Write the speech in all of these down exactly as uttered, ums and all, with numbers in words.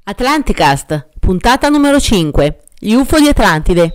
Atlanticast, puntata numero cinque. Gli U F O di Atlantide.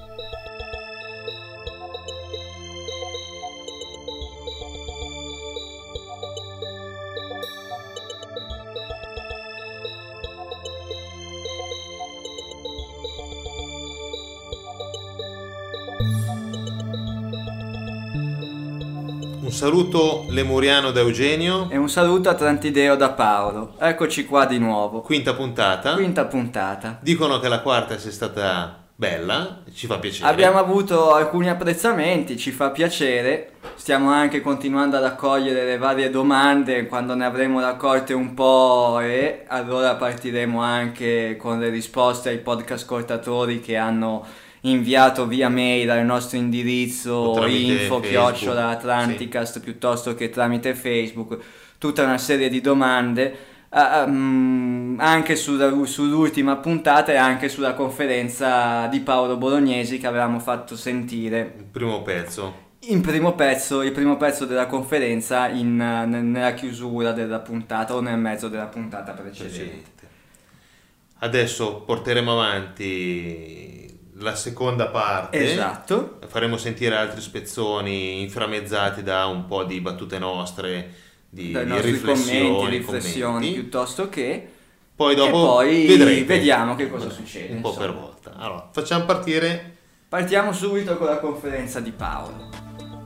Un saluto lemuriano da Eugenio e un saluto atlantideo da Paolo. Eccoci qua di nuovo. Quinta puntata. Quinta puntata. Dicono che la quarta sia stata bella, ci fa piacere. Abbiamo avuto alcuni apprezzamenti, ci fa piacere. Stiamo anche continuando ad accogliere le varie domande. Quando ne avremo raccolte un po', e allora partiremo anche con le risposte ai podcast ascoltatori che hanno inviato via mail al nostro indirizzo info chiocciola atlanticast, sì, piuttosto che tramite Facebook, tutta una serie di domande uh, um, anche sulla, sull'ultima puntata e anche sulla conferenza di Paolo Bolognesi che avevamo fatto sentire il primo pezzo in primo pezzo il primo pezzo della conferenza in, nella chiusura della puntata o nel mezzo della puntata precedente. precedente. Adesso porteremo avanti la seconda parte. Esatto. Faremo sentire altri spezzoni inframmezzati da un po' di battute nostre, di, dai di nostri riflessioni, commenti, riflessioni commenti. piuttosto che poi dopo e poi vedrete. Vediamo che cosa succede. Un po' insomma. per volta. Allora, facciamo partire. Partiamo subito con la conferenza di Paolo.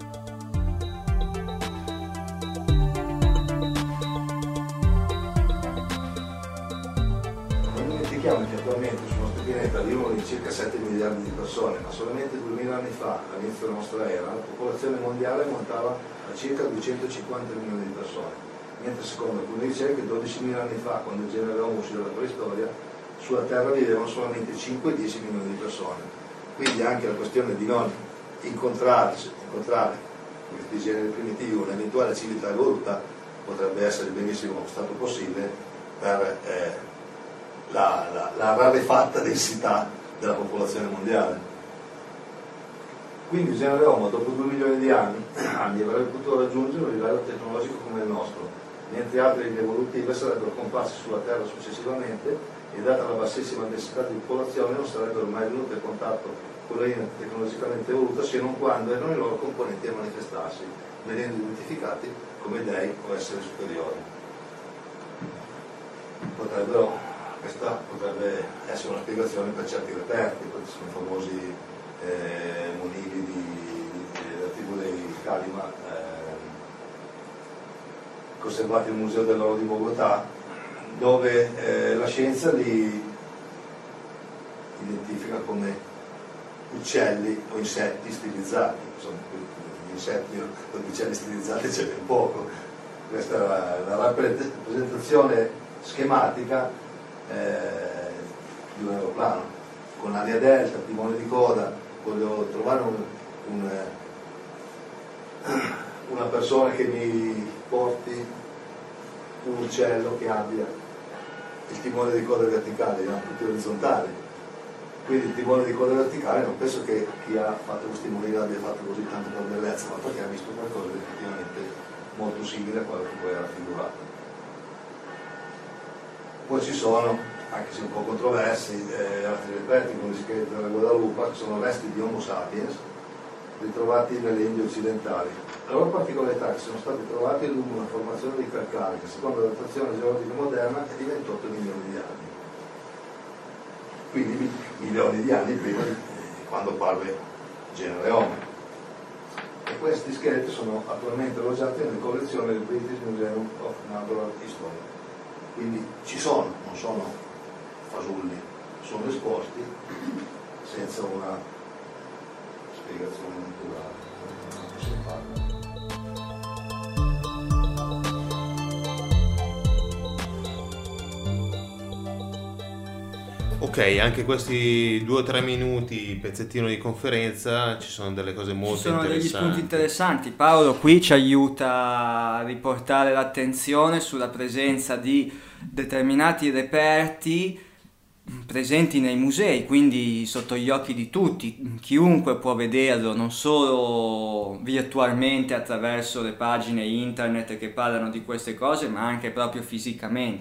Non dimentichiamo che attualmente su nostro pianeta vivono di circa sette miliardi di persone, ma solamente duemila anni fa, all'inizio della nostra era, la popolazione mondiale montava a circa duecentocinquanta milioni di persone, mentre secondo alcune ricerche dodicimila anni fa, quando il genere Homo uscì dalla preistoria, sulla Terra vivevano solamente cinque dieci milioni di persone. Quindi anche la questione di non incontrare, incontrare questi generi primitivi, un'eventuale civiltà evoluta, potrebbe essere benissimo stato possibile per eh, La, la, la rarefatta densità della popolazione mondiale. Quindi il genere Homo dopo due milioni di anni, anni avrebbe potuto raggiungere un livello tecnologico come il nostro, mentre altre linee evolutive sarebbero comparse sulla Terra successivamente e data la bassissima densità di popolazione non sarebbero mai venute a contatto con la linea tecnologicamente evoluta se non quando erano i loro componenti a manifestarsi, venendo identificati come dei o esseri superiori. Potrebbero Questa potrebbe essere una spiegazione per certi reperti, questi sono i famosi eh, monili di, di, della tribù dei Kalima, eh, conservati al Museo dell'Oro di Bogotà, dove eh, la scienza li identifica come uccelli o insetti stilizzati. Insomma, gli insetti o gli uccelli stilizzati c'è ben poco. Questa è la, la rappresentazione schematica Eh, di un aeroplano con aria delta, timone di coda. Voglio trovare un, un, una persona che mi porti un uccello che abbia il timone di coda verticale, erano tutti orizzontali, quindi il timone di coda verticale non penso che chi ha fatto questi mulini abbia fatto così tanto per bellezza, ma perché ha visto qualcosa di effettivamente molto simile a quello che poi era raffigurato. Poi ci sono, anche se un po' controversi, eh, altri reperti come si chiama della Guadalupe, che sono resti di Homo sapiens ritrovati nelle Indie occidentali. La loro particolarità è che sono stati trovati lungo una formazione di calcare che secondo la datazione geologica moderna è di ventotto milioni di anni. Quindi milioni di anni prima di quando parve genere Homo. E questi scheletri sono attualmente alloggiati nelle collezioni del British Museum of Natural History. Quindi ci sono, non sono fasulli, sono esposti senza una spiegazione naturale. Ok, anche questi due o tre minuti, pezzettino di conferenza, ci sono delle cose molto ci sono interessanti. Degli spunti interessanti. Paolo qui ci aiuta a riportare l'attenzione sulla presenza di determinati reperti presenti nei musei, quindi sotto gli occhi di tutti. Chiunque può vederlo, non solo virtualmente attraverso le pagine internet che parlano di queste cose, ma anche proprio fisicamente.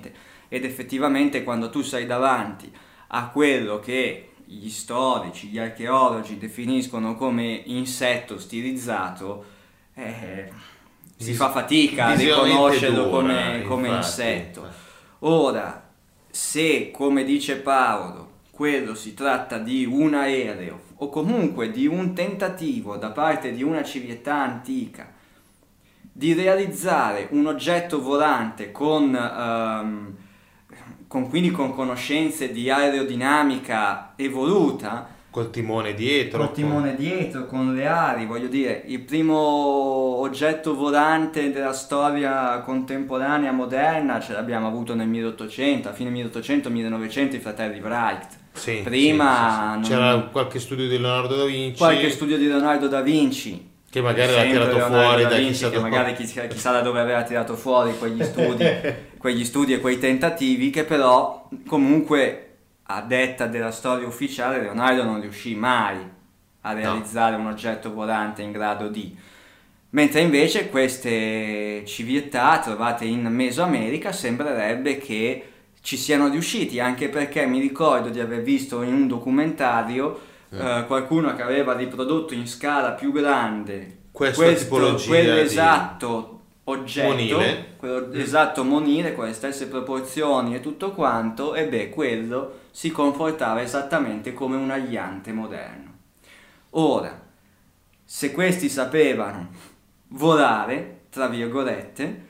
ed effettivamente quando tu sei davanti a quello che gli storici, gli archeologi definiscono come insetto stilizzato, eh, si fa fatica a riconoscerlo dura, come, come infatti. insetto. Ora, se come dice Paolo, quello si tratta di un aereo o comunque di un tentativo da parte di una civiltà antica di realizzare un oggetto volante con, um, con quindi con conoscenze di aerodinamica evoluta, col timone dietro, col timone dietro, con le ali, voglio dire, il primo oggetto volante della storia contemporanea moderna ce l'abbiamo avuto nel milleottocento, a fine milleottocento millenovecento i fratelli Wright. Sì, Prima sì, sì, sì. non... c'era qualche studio di Leonardo da Vinci, qualche studio di Leonardo da Vinci che magari l'ha sempre tirato Leonardo fuori da da Vinci, chissà che dove. magari chissà, chissà da dove aveva tirato fuori quegli studi quegli studi e quei tentativi, che però comunque a detta della storia ufficiale Leonardo non riuscì mai a realizzare no. un oggetto volante in grado di, mentre invece queste civiltà trovate in Mesoamerica sembrerebbe che ci siano riusciti, anche perché mi ricordo di aver visto in un documentario mm. eh, qualcuno che aveva riprodotto in scala più grande questa questo, tipologia quell'esatto oggetto, monile. quello mm. esatto monile con le stesse proporzioni e tutto quanto, e beh, quello si comportava esattamente come un aliante moderno. Ora, se questi sapevano volare, tra virgolette,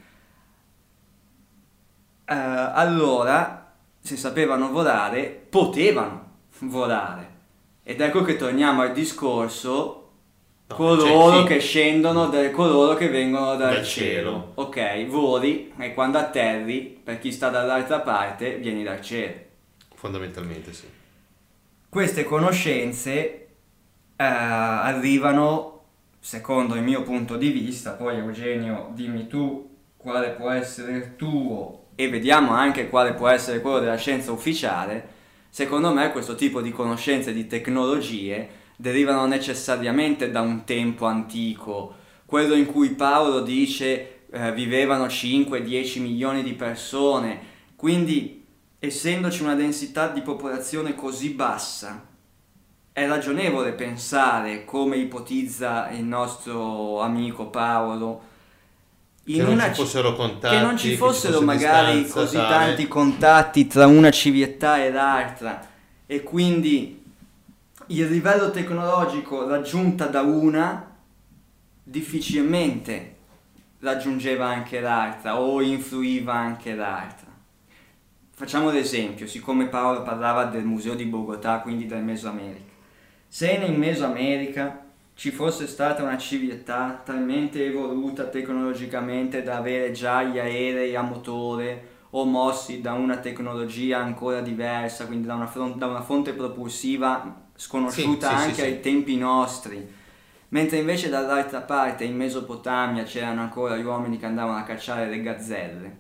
Uh, allora, se sapevano volare, potevano volare. Ed ecco che torniamo al discorso no, coloro che scendono, da, coloro che vengono dal, dal cielo. cielo. Ok, voli e quando atterri, per chi sta dall'altra parte, vieni dal cielo. Fondamentalmente sì. Queste conoscenze uh, arrivano, secondo il mio punto di vista, poi Eugenio dimmi tu quale può essere il tuo e vediamo anche quale può essere quello della scienza ufficiale. Secondo me questo tipo di conoscenze, di tecnologie, derivano necessariamente da un tempo antico, quello in cui Paolo dice eh, vivevano cinque dieci milioni di persone, quindi essendoci una densità di popolazione così bassa, è ragionevole pensare, come ipotizza il nostro amico Paolo, che non ci fossero contatti, che non ci fossero ci magari così tale. tanti contatti tra una civiltà e l'altra, e quindi il livello tecnologico raggiunta da una difficilmente raggiungeva anche l'altra o influiva anche l'altra. Facciamo l'esempio, siccome Paolo parlava del museo di Bogotà, quindi del Mesoamerica. Se in Mesoamerica ci fosse stata una civiltà talmente evoluta tecnologicamente da avere già gli aerei a motore o mossi da una tecnologia ancora diversa, quindi da una, front- da una fonte propulsiva sconosciuta sì, sì, anche sì, ai sì. tempi nostri, mentre invece dall'altra parte in Mesopotamia c'erano ancora gli uomini che andavano a cacciare le gazzelle.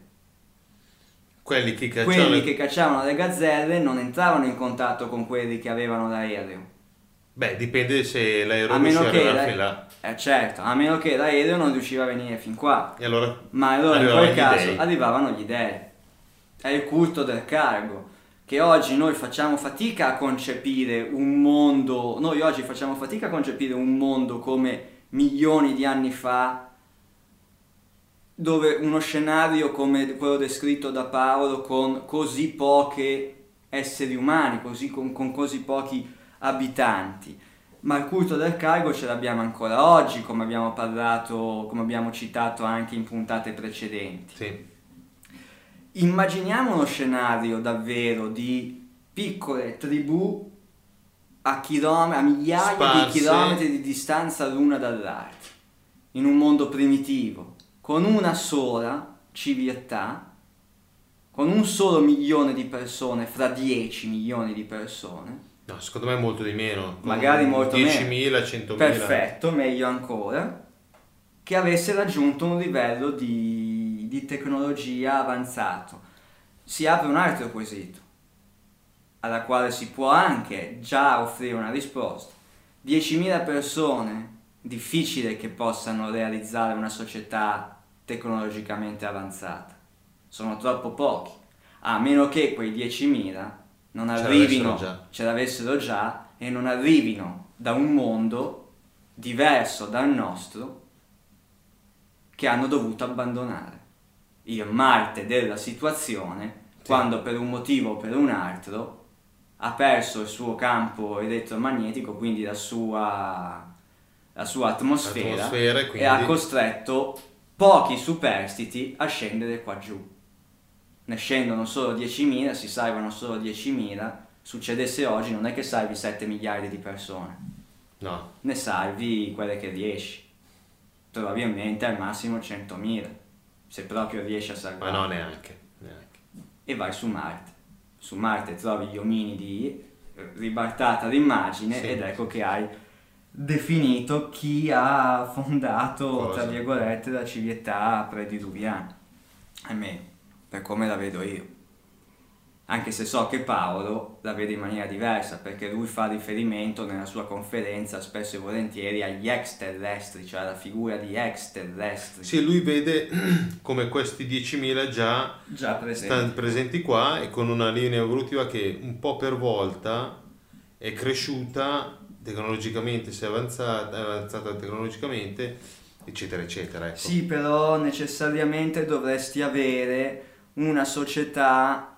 Quelli che cacciavano, quelli che cacciavano le gazzelle non entravano in contatto con quelli che avevano l'aereo. Beh, dipende se l'aereo riusciva a arrivare fin là. Eh certo, a meno che l'aereo non riusciva a venire fin qua. E allora Ma allora in quel caso dei. arrivavano gli dei. È il culto del cargo, che oggi noi facciamo fatica a concepire un mondo, noi oggi facciamo fatica a concepire un mondo come milioni di anni fa, dove uno scenario come quello descritto da Paolo, con così pochi esseri umani, così, con, con così pochi abitanti. Ma il culto del cargo ce l'abbiamo ancora oggi, come abbiamo parlato, come abbiamo citato anche in puntate precedenti. Sì. Immaginiamo uno scenario davvero di piccole tribù a chilometri, a migliaia Sparse. di chilometri di distanza l'una dall'altra, in un mondo primitivo, con una sola civiltà, con un solo milione di persone fra dieci milioni di persone. No, secondo me molto di meno. Magari molto meno. diecimila, centomila. Perfetto, meglio ancora. Che avesse raggiunto un livello di, di tecnologia avanzato. Si apre un altro quesito, alla quale si può anche già offrire una risposta. diecimila persone, difficile che possano realizzare una società tecnologicamente avanzata. Sono troppo pochi. a meno che quei diecimila non Ce arrivino, l'avessero già. ce l'avessero già e non arrivino da un mondo diverso dal nostro che hanno dovuto abbandonare il Marte della situazione, sì, quando per un motivo o per un altro ha perso il suo campo elettromagnetico, quindi la sua, la sua atmosfera, atmosfera e, quindi... e ha costretto pochi superstiti a scendere qua giù. Ne scendono solo diecimila, si salvano solo diecimila. Succedesse oggi non è che salvi sette miliardi di persone, no, ne salvi quelle che riesci, probabilmente al massimo centomila, se proprio riesci a salvare. ma no, neanche, neanche. E vai su Marte. Su Marte trovi gli ominidi, ribaltata l'immagine, sì, ed ecco che hai definito chi ha fondato, cosa? tra virgolette, la civiltà prediluviana, almeno per come la vedo io. Anche se so che Paolo la vede in maniera diversa, perché lui fa riferimento nella sua conferenza spesso e volentieri agli extraterrestri, cioè alla figura di extraterrestri. Sì, lui vede come questi diecimila già, già presenti. stanno presenti qua, e con una linea evolutiva che un po' per volta è cresciuta tecnologicamente, si è avanzata, è avanzata tecnologicamente, eccetera, eccetera. Ecco. Sì, però necessariamente dovresti avere una società...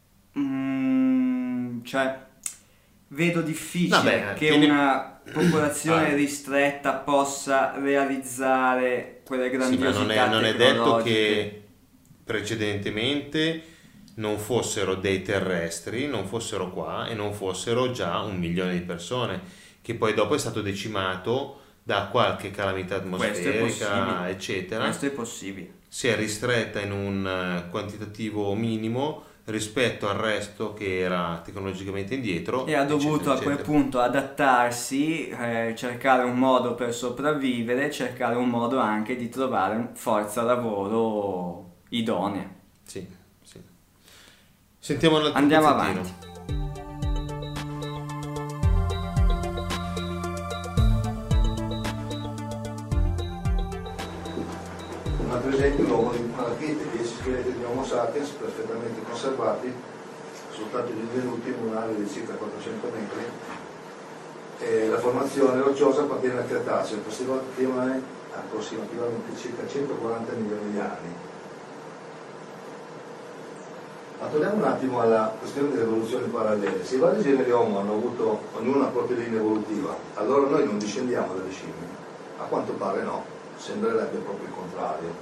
Mm, cioè vedo difficile Vabbè, che tieni... una popolazione ah. ristretta possa realizzare quelle grandiosità sì, ma non è, non è detto tecnologiche. che precedentemente non fossero dei terrestri, non fossero qua e non fossero già un milione di persone, che poi dopo è stato decimato da qualche calamità atmosferica, eccetera. Questo è possibile. Si è ristretta in un quantitativo minimo rispetto al resto che era tecnologicamente indietro, e ha dovuto eccetera, a quel eccetera. punto adattarsi, eh, cercare un modo per sopravvivere, cercare un modo anche di trovare forza lavoro idonea. Sì, sì. Sentiamo un altro Andiamo pezzettino. avanti. Un altro esempio, l'uomo di dieci scheletri di Homo sapiens perfettamente conservati, soltanto rinvenuti in un'area di circa quattrocento metri. E la formazione rocciosa appartiene al Cretaceo, approssimativamente, approssimativamente circa centoquaranta milioni di anni. Ma torniamo un attimo alla questione delle evoluzioni parallele. Se i vari generi Homo hanno avuto ognuno una propria linea evolutiva, allora noi non discendiamo dalle scimmie? A quanto pare no, sembrerebbe proprio il contrario.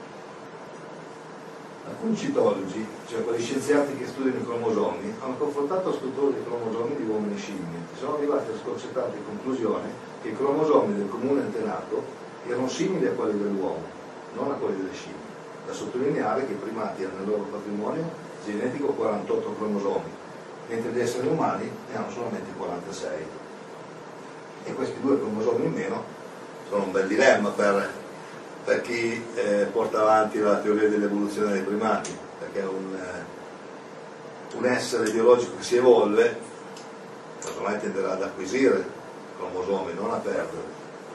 Alcuni citologi, cioè quegli scienziati che studiano i cromosomi, hanno confrontato la struttura dei cromosomi di uomini e scimmie e sono arrivati alla sconcertante conclusione che i cromosomi del comune antenato erano simili a quelli dell'uomo, non a quelli delle scimmie. Da sottolineare che i primati hanno nel loro patrimonio genetico quarantotto cromosomi, mentre gli esseri umani ne hanno solamente quarantasei. E questi due cromosomi in meno sono un bel dilemma per, per chi eh, porta avanti la teoria dell'evoluzione dei primati, perché un, eh, un essere biologico che si evolve ormai tenderà ad acquisire cromosomi, non a perdere.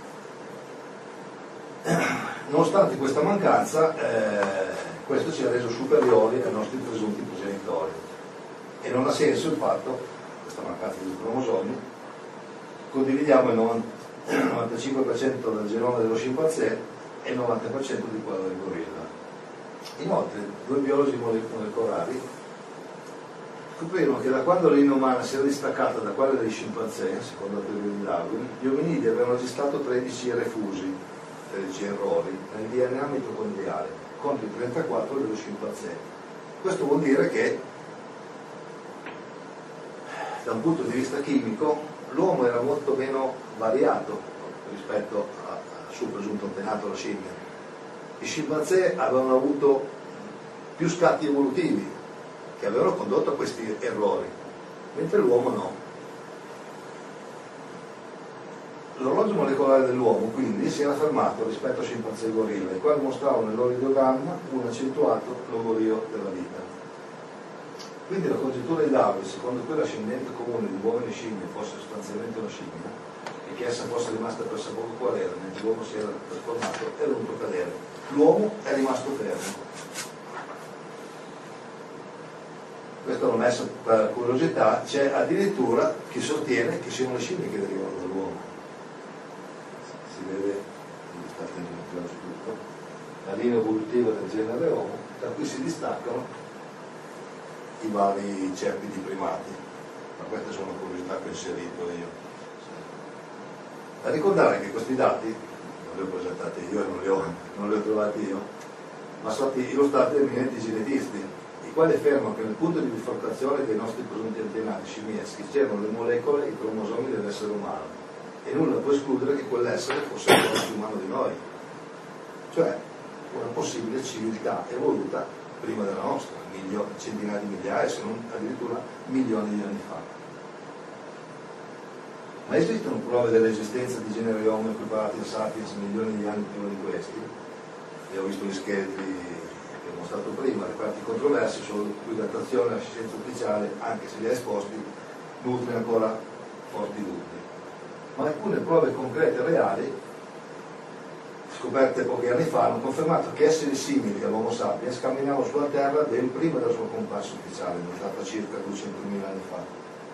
Nonostante questa mancanza, eh, questo ci ha reso superiori ai nostri presunti progenitori e non ha senso il fatto, questa mancanza di cromosomi, condividiamo il novantacinque per cento del genoma dello scimpanzé e il novanta per cento di quello del gorilla. Inoltre, due biologi molecolari scoprirono che da quando la linea umana si era distaccata da quella dei scimpanzé, secondo la teoria di Darwin, gli ominidi avevano registrato tredici refusi, tredici errori, nel D N A mitocondriale, contro i trentaquattro dello scimpanzé. Questo vuol dire che, da un punto di vista chimico, l'uomo era molto meno variato rispetto al suo presunto antenato, la scimmia. I scimpanzé avevano avuto più scatti evolutivi che avevano condotto a questi errori, mentre l'uomo no. L'orologio molecolare dell'uomo quindi si era fermato rispetto a scimpanzé e gorilla, i quali mostravano nel loro ideogramma un accentuato logorio della vita. Quindi la congettura di Darwin, secondo cui l'ascendente comune di uomini e scimmie fosse sostanzialmente una scimmia e che essa fosse rimasta pressappoco qual era mentre l'uomo si era trasformato, è venuto a cadere. L'uomo è rimasto fermo. questo l'ho messo per curiosità, c'è addirittura chi sostiene che siano le scimmie che derivano dall'uomo. Si vede, sta attento tutto, la linea evolutiva del genere Homo, da cui si distaccano i vari ceppi di primati. Ma queste sono curiosità che ho inserito io. Da ricordare che questi dati, non li ho presentati io e non li ho, non li ho trovati io, ma sono stati illustrati da eminenti genetisti, i quali affermano che nel punto di bifurcazione dei nostri presunti antenati scimmieschi c'erano le molecole e i cromosomi dell'essere umano e nulla può escludere che quell'essere fosse un po' più umano di noi, cioè una possibile civiltà evoluta prima della nostra, milio, centinaia di migliaia, se non addirittura milioni di anni fa. Ma esistono prove dell'esistenza di generi Homo equiparati a Sapiens milioni di anni prima di questi? Io ho visto gli scheletri che ho mostrato prima, reparti controversi sulla cui datazione la scienza ufficiale, anche se li ha esposti, nutre ancora forti dubbi. Ma alcune prove concrete e reali, scoperte pochi anni fa, hanno confermato che esseri simili all'Homo sapiens camminavano sulla Terra ben prima della sua comparsa ufficiale, datata circa duecentomila anni fa.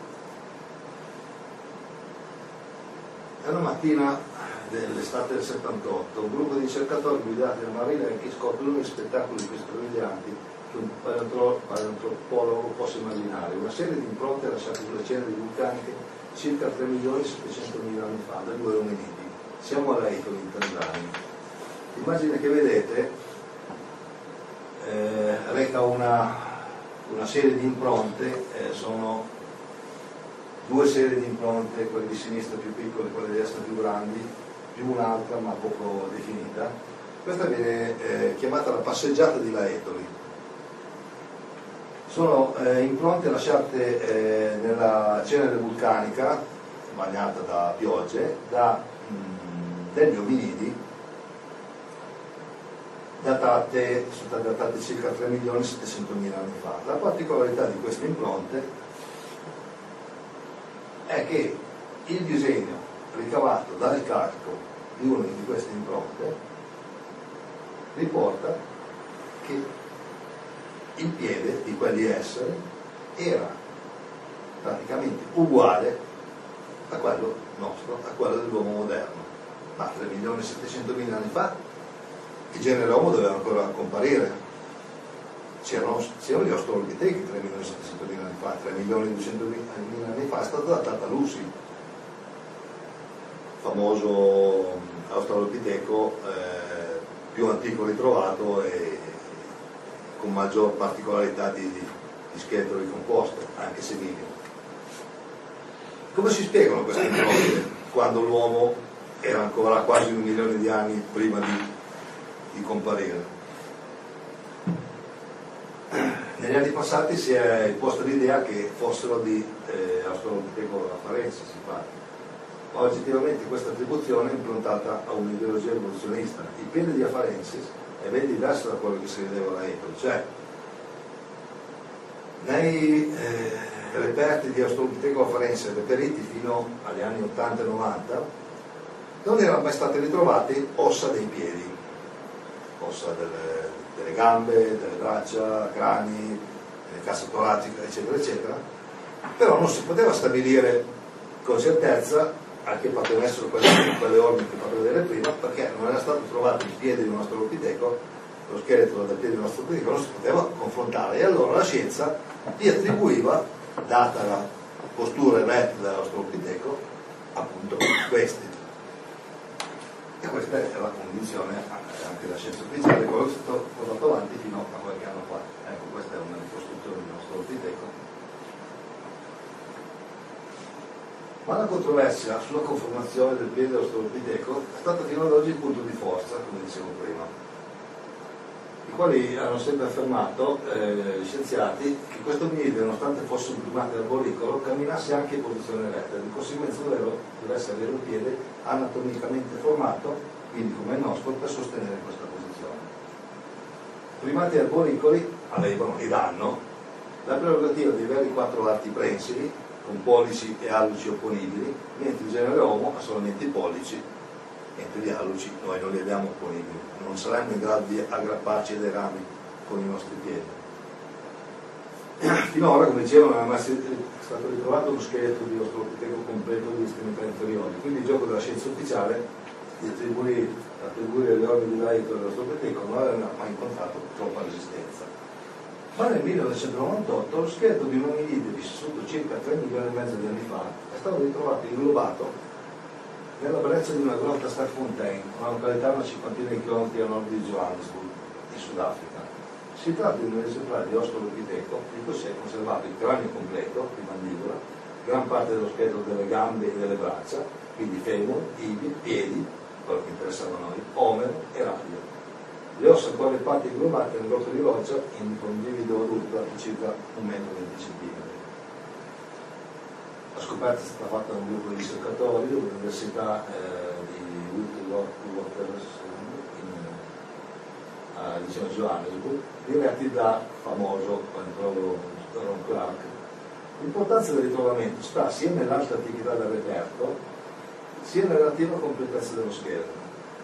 È una mattina dell'estate del settantotto, un gruppo di ricercatori guidati da Marilecki scoprono gli spettacoli più strabilianti che un paleantropologo possa immaginare. Una serie di impronte lasciate sulle ceneri vulcaniche circa tre milioni e settecentomila anni fa da due ominidi. Siamo a Leito in Tanzania. L'immagine che vedete eh, reca una, una serie di impronte, eh, sono due serie di impronte, quelle di sinistra più piccole, quelle di destra più grandi, più un'altra ma poco definita. Questa viene eh, chiamata la passeggiata di Laetoli. Sono eh, impronte lasciate eh, nella cenere vulcanica, bagnata da piogge, da mh, degli ominidi, datate, sono state datate circa tre milioni e settecentomila anni fa. La particolarità di queste impronte è che il disegno ricavato dal calco di una di queste impronte riporta che il piede di quegli esseri era praticamente uguale a quello nostro, a quello dell'uomo moderno. Ma tre milioni e settecentomila anni fa il genere Homo doveva ancora comparire. C'erano, c'erano gli australopitechi tre milioni e settecentomila anni fa, tre milioni e duecentomila anni fa è stata datata Lucy, famoso australopiteco eh, più antico ritrovato e con maggior particolarità di, di, di scheletro ricomposto, anche se minimo. Come si spiegano queste cose quando l'uomo era ancora quasi un milione di anni prima di, di comparire? Negli anni passati si è imposta l'idea che fossero di eh, Australopiteco afarensis, infatti. Ma oggettivamente questa attribuzione è improntata a un'ideologia evoluzionista. Il piede di Afarensis è ben diverso da quello che si vedeva da Etoli, cioè nei eh, reperti di Australopiteco afarensis reperiti fino agli anni ottanta e novanta non erano mai state ritrovate ossa dei piedi, ossa delle delle gambe, delle braccia, crani, cassa toracica, eccetera, eccetera, però non si poteva stabilire con certezza a che potessero quelle, quelle orme che ho fatto vedere prima, perché non era stato trovato il piede di un australopiteco, lo scheletro del piede di un australopiteco non si poteva confrontare, e allora la scienza gli attribuiva, data la postura eretta dell'australopiteco, appunto questi. E questa è la condizione anche della scienza ufficiale, quello che è stato portato avanti fino a qualche anno fa. Ecco, questa è una ricostruzione del nostro australopiteco. Ma la controversia sulla conformazione del piede dell'australopiteco è stata fino ad oggi il punto di forza, come dicevo prima, i quali hanno sempre affermato, eh, gli scienziati, che questo ominide, nonostante fosse un primate arboricolo, camminasse anche in posizione eretta, di conseguenza deve essere avere il piede anatomicamente formato, quindi come il nostro, per sostenere questa posizione. I primati arboricoli avevano ed hanno la prerogativa di avere i quattro arti prensili, con pollici e alluci opponibili, mentre il genere Homo ha solamente i pollici, mentre gli alluci noi non li abbiamo opponibili, non saremmo in grado di aggrapparci ai dei rami con i nostri piedi. Finora, come dicevo, non è mai stato ritrovato uno scheletro di australopiteco completo di estremità inferiori, quindi il gioco della scienza ufficiale di attribuire, attribuire agli organi di dietro dell'australopiteco non aveva mai incontrato troppa resistenza. Ma nel millenovecentonovantotto lo scheletro di un ominide vissuto circa tre milioni e mezzo di anni fa è stato ritrovato inglobato nella breccia di una grotta a Sterkfontein, una località a una cinquantina di chilometri a nord di Johannesburg, in Sudafrica. Si tratta di un esemplare di australopiteco di cui si è conservato il cranio completo, di mandibola, gran parte dello scheletro delle gambe e delle braccia, quindi femore, tibia, piedi, quello che interessava a noi, omero e radio. Le ossa ancora le parti inglobate nel blocco di roccia in un individuo adulto di circa un metro e venti centimetri. La scoperta è stata fatta da un gruppo di ricercatori dell'Università eh, di Witwatersrand a vicino a Johannesburg, diretti da famoso paleontologo Ron Clark. L'importanza del ritrovamento sta sia nell'alta antichità del reperto, sia nella relativa completezza dello scheletro,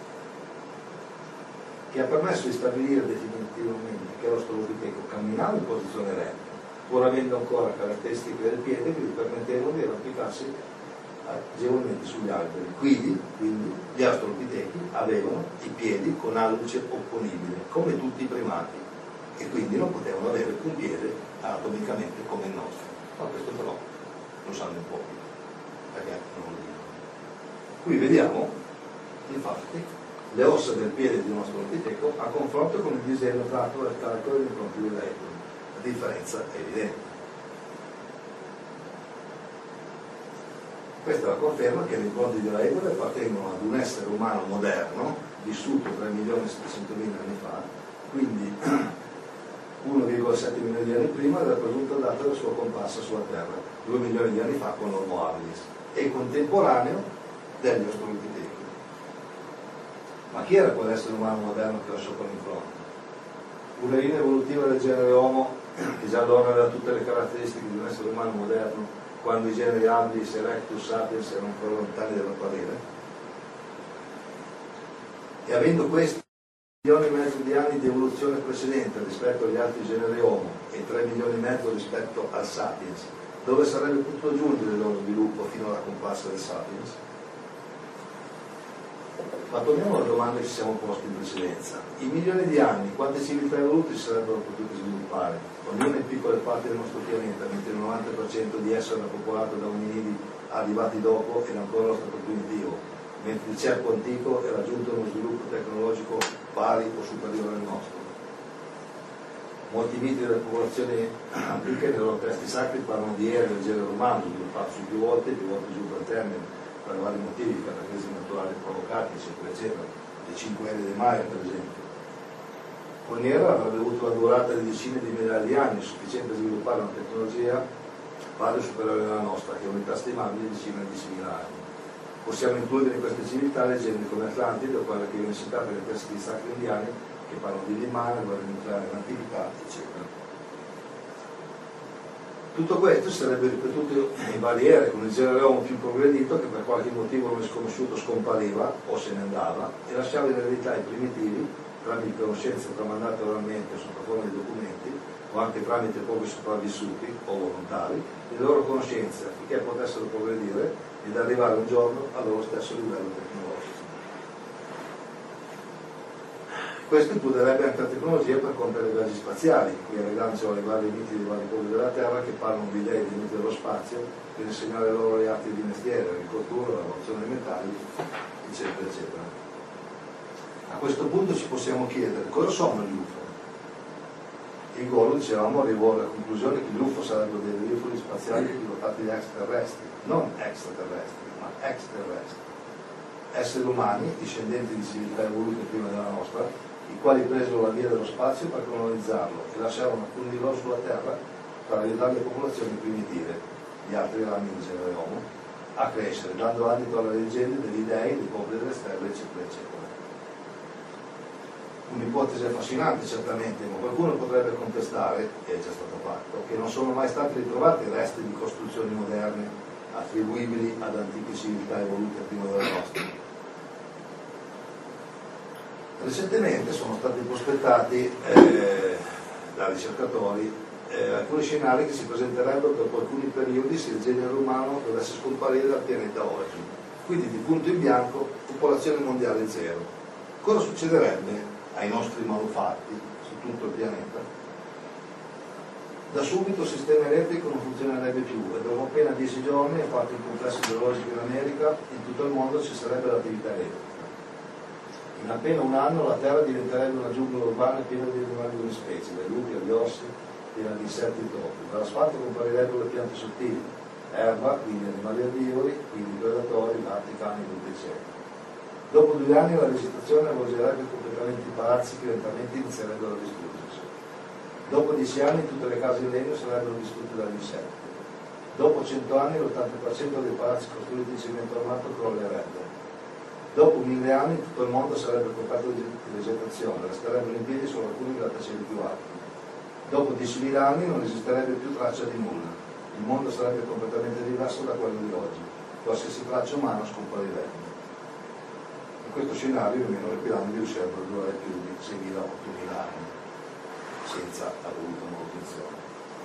che ha permesso di stabilire definitivamente che l'australopiteco camminava in posizione retta, pur avendo ancora caratteristiche del piede che gli permettevano di arrampicarsi agevolmente sugli alberi. Quindi, quindi gli australopitechi avevano i piedi con alluce opponibile, come tutti i primati, e quindi non potevano avere un piede anatomicamente come il nostro. Ma questo però lo sanno un po', perché non lo dicono. Qui vediamo, infatti, le ossa del piede di un australopiteco a confronto con il disegno tratto dal calcolo dei confronti dell'Eton. La differenza è evidente. Questa è la conferma che le impronte di Raeburg appartengono ad un essere umano moderno, vissuto tre milioni e settecentomila anni fa, quindi uno virgola sette milioni di anni prima della presunta data della sua comparsa sulla Terra, due milioni di anni fa con l'Homo habilis, e contemporaneo degli australopitechi. Ma chi era quell'essere umano moderno che lasciò con l'impronta? Una linea evolutiva del genere Homo, che già allora aveva tutte le caratteristiche di un essere umano moderno, quando i generi habilis, erectus, sapiens erano ancora lontani dall'apparire? E avendo questi milioni e mezzo di anni di evoluzione precedente rispetto agli altri generi Homo e tre milioni e mezzo rispetto al sapiens, dove sarebbe potuto giungere il loro sviluppo fino alla comparsa del sapiens? Ma torniamo alla domanda che ci siamo posti in precedenza. In milioni di anni, quante civiltà evolute si sarebbero potute sviluppare? Ognuna in piccole parti del nostro pianeta, mentre il novanta per cento di esso era popolato da ominidi arrivati dopo ed ancora lo stato primitivo, mentre il cerco antico era giunto a uno sviluppo tecnologico pari o superiore al nostro. Molti miti delle popolazioni antiche nei loro testi sacri parlano di ere del genere umano, sviluppato più volte, più volte giù per termine, per vari motivi, cataclismi naturali provocati, eccetera, eccetera. Le cinque ere dei Maya, per esempio. Ogniera avrebbe avuto una durata di decine di migliaia di anni, sufficiente a sviluppare una tecnologia pari o superiore alla nostra, che è unità stimabile di decine di diecimila anni. Possiamo includere in queste civiltà leggende come Atlantide o quelle che viene citate nei testi sacri indiani, che parlano di Vimana, guerra nucleare nell'antichità, eccetera. Tutto questo sarebbe ripetuto in varie ere, con il genere Homo più progredito che per qualche motivo non sconosciuto scompariva o se ne andava e lasciava in eredità i primitivi, tramite conoscenze tramandate oralmente sotto forma di documenti o anche tramite pochi sopravvissuti o volontari, le loro conoscenze affinché potessero progredire ed arrivare un giorno al loro stesso livello tecnologico. Questo includerebbe anche la tecnologia per compiere i viaggi spaziali, qui rilancio ai vari miti dei vari popoli della Terra che parlano di dei venuti dallo spazio per insegnare loro le arti di mestiere, l'agricoltura, la lavorazione dei metalli, eccetera, eccetera. A questo punto ci possiamo chiedere cosa sono gli U F O. Il Golo, dicevamo, arrivò alla conclusione che gli U F O sarebbero dei velivoli spaziali pilotati da extraterrestri, non extraterrestri, ma extraterrestri. Esseri umani, discendenti di civiltà evolute prima della nostra, i quali presero la via dello spazio per colonizzarlo e lasciarono alcuni di loro sulla Terra per aiutare le popolazioni primitive, gli altri rami del genere Homo, a crescere, dando adito alle leggende degli dei, dei popoli delle stelle, eccetera, eccetera. Un'ipotesi affascinante certamente, ma qualcuno potrebbe contestare, e è già stato fatto, che non sono mai stati ritrovati resti di costruzioni moderne attribuibili ad antiche civiltà evolute prima della nostra. Recentemente sono stati prospettati eh, da ricercatori eh, alcuni scenari che si presenterebbero dopo alcuni periodi se il genere umano dovesse scomparire dal pianeta oggi. Quindi di punto in bianco, popolazione mondiale zero. Cosa succederebbe ai nostri manufatti su tutto il pianeta? Da subito il sistema elettrico non funzionerebbe più e dopo appena dieci giorni, a parte il complesso idrologico in America, in tutto il mondo ci sarebbe l'attività elettrica. In appena un anno la Terra diventerebbe una giungla urbana piena di animali di ogni specie, dai lupi agli orsi, piena di insetti e topi. Dall'asfalto comparirebbero le piante sottili, erba, quindi animali erbivori, quindi predatori, gatti, cani, lupi, eccetera. Dopo due anni la vegetazione avvolgerebbe completamente i palazzi che lentamente inizierebbero a distruggersi. Dopo dieci anni tutte le case in legno sarebbero distrutte dagli insetti. Dopo cento anni l'ottanta per cento dei palazzi costruiti in cemento armato crollerebbe. Dopo mille anni tutto il mondo sarebbe coperto di vegetazione, resterebbero in piedi solo alcuni grattacieli più alti. Dopo diecimila anni non esisterebbe più traccia di nulla. Il mondo sarebbe completamente diverso da quello di oggi. Qualsiasi traccia umana scomparirebbe. In questo scenario almeno le piramidi riuscirebbero a durare più di seimila ottomila anni, senza avuta manutenzione.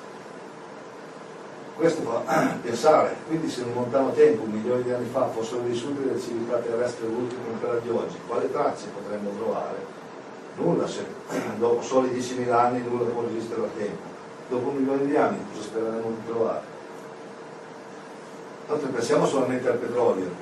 Questo fa pensare, quindi se in un lontano tempo, un milione di anni fa, fossero vissuti delle civiltà terrestri evolute come quella di oggi, quale tracce potremmo trovare? Nulla, se dopo soli diecimila anni nulla può resistere al tempo. Dopo un milione di anni cosa spereremo di trovare? Tanto pensiamo solamente al petrolio,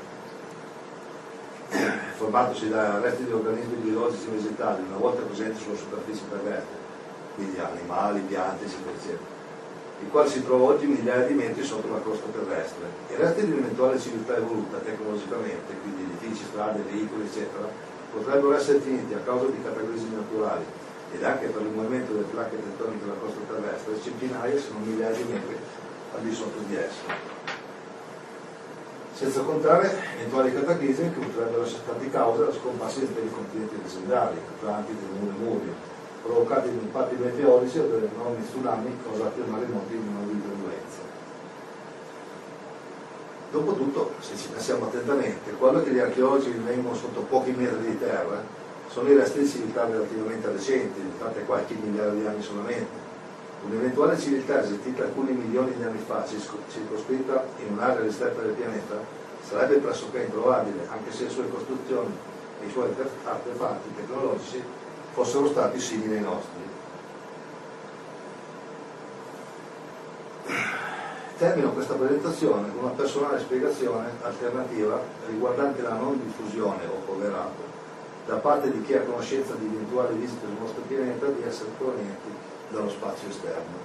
formatosi da resti di organismi biologici vegetali, una volta presenti sulla superficie terrestre, quindi animali, piante, eccetera, eccetera, il quale si trova oggi migliaia di metri sotto la crosta terrestre. I resti di un'eventuale civiltà evoluta tecnologicamente, quindi edifici, strade, veicoli, eccetera, potrebbero essere finiti a causa di cataclismi naturali ed anche per il movimento delle placche tettoniche della crosta terrestre centinaia se non migliaia di metri al di sotto di esso. Senza contare eventuali cataclismi che potrebbero essere stati causa della scomparsa di interi continenti leggendari, Atlantide, Lemuria, provocati da impatti meteorici o delle enormi tsunami causati da maremoti di una virulenza. Dopotutto, se ci pensiamo attentamente, quello che gli archeologi rinvengono sotto pochi metri di terra sono i resti di civiltà relativamente recenti, datate qualche migliaio di anni solamente. Un'eventuale civiltà esistita alcuni milioni di anni fa, circoscritta in un'area ristretta del pianeta, sarebbe pressoché improbabile, anche se le sue costruzioni e i suoi artefatti tecnologici fossero stati simili ai nostri. Termino questa presentazione con una personale spiegazione alternativa riguardante la non diffusione o poverato da parte di chi ha conoscenza di eventuali visite sul nostro pianeta di esseri provenienti dallo spazio esterno.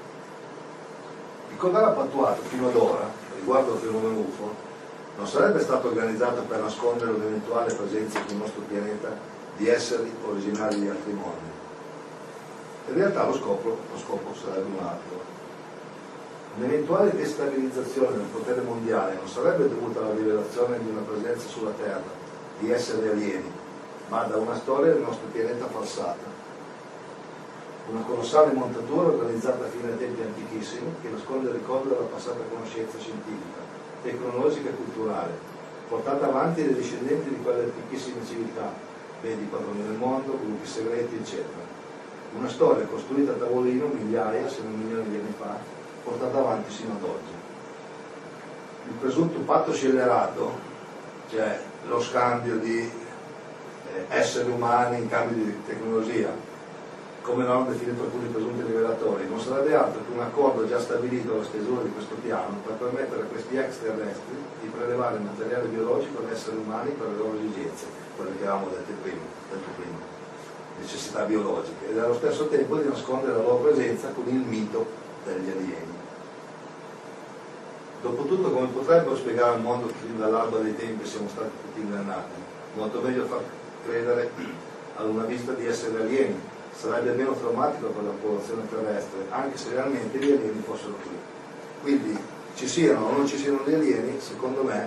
Il colloquio attuato fino ad ora riguardo al fenomeno U F O non sarebbe stato organizzato per nascondere un'eventuale presenza sul nostro pianeta di esseri originari di altri mondi. In realtà lo scopo, lo scopo sarebbe un altro. Un'eventuale destabilizzazione del potere mondiale non sarebbe dovuta alla rivelazione di una presenza sulla Terra di esseri alieni, ma da una storia del nostro pianeta falsata. Una colossale montatura organizzata fino ai tempi antichissimi che nasconde il ricordo della passata conoscenza scientifica, tecnologica e culturale, portata avanti dai discendenti di quelle antichissime civiltà, vedi padroni del mondo, gruppi segreti, eccetera. Una storia costruita a tavolino migliaia, se non milioni di anni fa, portata avanti sino ad oggi. Il presunto patto scellerato, cioè lo scambio di eh, esseri umani in cambio di tecnologia, come l'hanno definito alcuni presunti rivelatori, non sarebbe altro che un accordo già stabilito alla stesura di questo piano per permettere a questi extraterrestri di prelevare materiale biologico da esseri umani per le loro esigenze, quelle che avevamo detto prima, detto prima, necessità biologiche, ed allo stesso tempo di nascondere la loro presenza con il mito degli alieni. Dopotutto, come potrebbero spiegare al mondo che fin dall'alba dei tempi siamo stati tutti ingannati? Molto meglio far credere ad una vista di esseri alieni. Sarebbe meno traumatico per la popolazione terrestre, anche se realmente gli alieni fossero qui. Quindi, ci siano o non ci siano gli alieni, secondo me,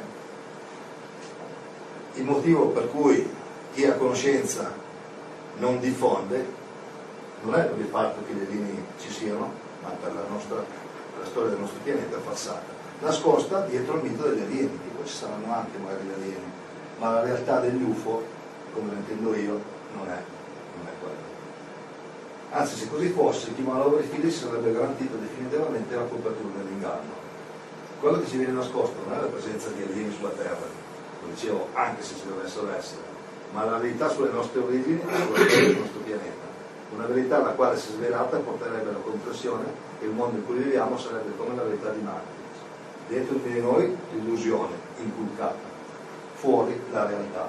il motivo per cui chi ha conoscenza non diffonde non è per il fatto che gli alieni ci siano, ma per la, nostra, per la storia del nostro pianeta falsata, nascosta dietro il mito degli alieni, che poi ci saranno anche magari gli alieni, ma la realtà degli U F O, come lo intendo io, non è, non è quella. Anzi, se così fosse, chi manovra i fili sarebbe garantito definitivamente la copertura dell'inganno. Quello che ci viene nascosto non è la presenza di alieni sulla Terra, lo dicevo, anche se ci dovessero essere, ma la verità sulle nostre origini e sulla storia del nostro pianeta. Una verità la quale, se svelata, porterebbe alla comprensione che il mondo in cui viviamo sarebbe come la verità di Matrix. Dentro di noi l'illusione inculcata, fuori la realtà.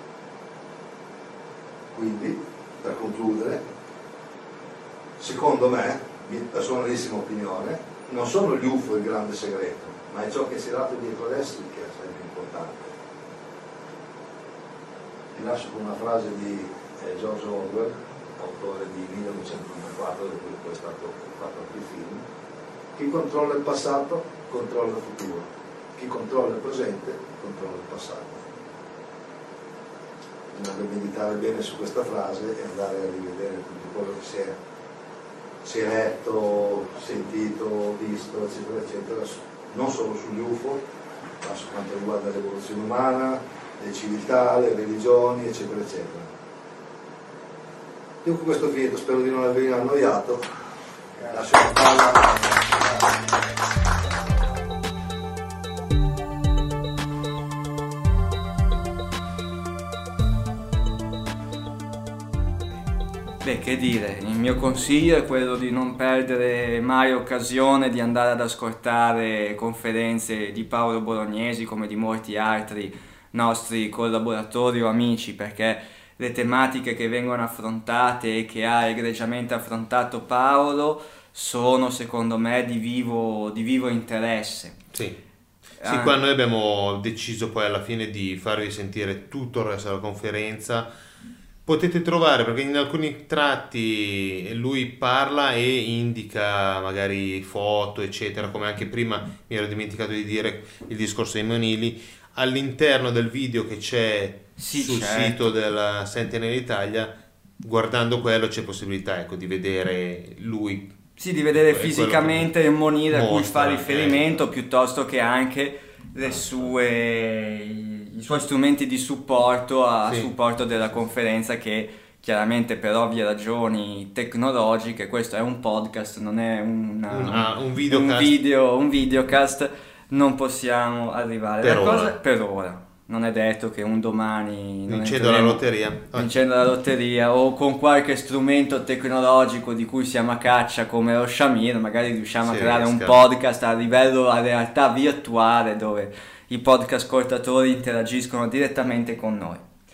Quindi, per concludere, secondo me, mia personalissima opinione, non sono gli U F O il grande segreto, ma è ciò che si è dato dietro ad essi che è sempre importante. Vi lascio con una frase di eh, George Orwell, autore di millenovecentonovantaquattro, da cui poi è stato fatto anche il film. Chi controlla il passato controlla il futuro, chi controlla il presente controlla il passato. Bisogna meditare bene su questa frase e andare a rivedere tutto quello che si è, si è letto, sentito, visto, eccetera, eccetera, non solo sugli U F O, ma su quanto riguarda l'evoluzione umana, le civiltà, le religioni, eccetera, eccetera. Io con questo finito, spero di non avervi annoiato. Lascio la palla. Beh, che dire, il mio consiglio è quello di non perdere mai occasione di andare ad ascoltare conferenze di Paolo Bolognesi come di molti altri nostri collaboratori o amici, perché le tematiche che vengono affrontate e che ha egregiamente affrontato Paolo sono, secondo me, di vivo, di vivo interesse. Sì. Sì, Ah. qua noi abbiamo deciso poi alla fine di farvi sentire tutto il resto della conferenza. Potete trovare, perché in alcuni tratti lui parla e indica magari foto, eccetera, come anche prima mi ero dimenticato di dire il discorso dei monili, all'interno del video che c'è Sì, sul certo. sito della Sentinel Italia, guardando quello c'è possibilità, ecco, di vedere lui. Sì, di vedere È quello fisicamente il monile a cui mostra, fa riferimento, eh. piuttosto che anche le sue, i suoi strumenti di supporto a Sì. supporto della conferenza, che chiaramente per ovvie ragioni tecnologiche, questo è un podcast, non è una- Un- ah, un un videocast. video, un videocast, non possiamo arrivare. Per La ora. cosa- per ora. Non è detto che un domani non Vincendo la entreremo- lotteria. vincendo la lotteria o con qualche strumento tecnologico di cui siamo a caccia come lo Shamir, magari riusciamo Si a creare un riesca. podcast a livello a realtà virtuale dove i podcast ascoltatori interagiscono direttamente con noi.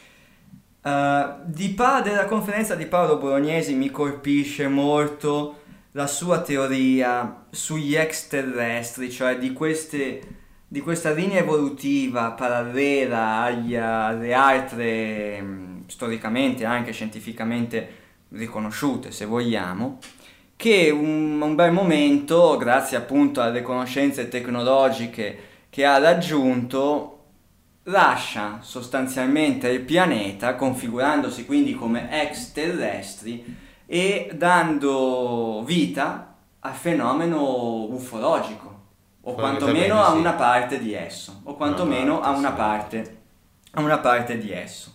Uh, di pa- della conferenza di Paolo Bolognesi mi colpisce molto la sua teoria sugli extraterrestri, cioè di queste di questa linea evolutiva parallela agli, alle altre mh, storicamente e anche scientificamente riconosciute, se vogliamo, che un, un bel momento, grazie appunto alle conoscenze tecnologiche che ha raggiunto, lascia sostanzialmente il pianeta, configurandosi quindi come extraterrestri e dando vita al fenomeno ufologico, o quantomeno a sì. una parte di esso, o quantomeno parte, a una sì. parte, a una parte di esso.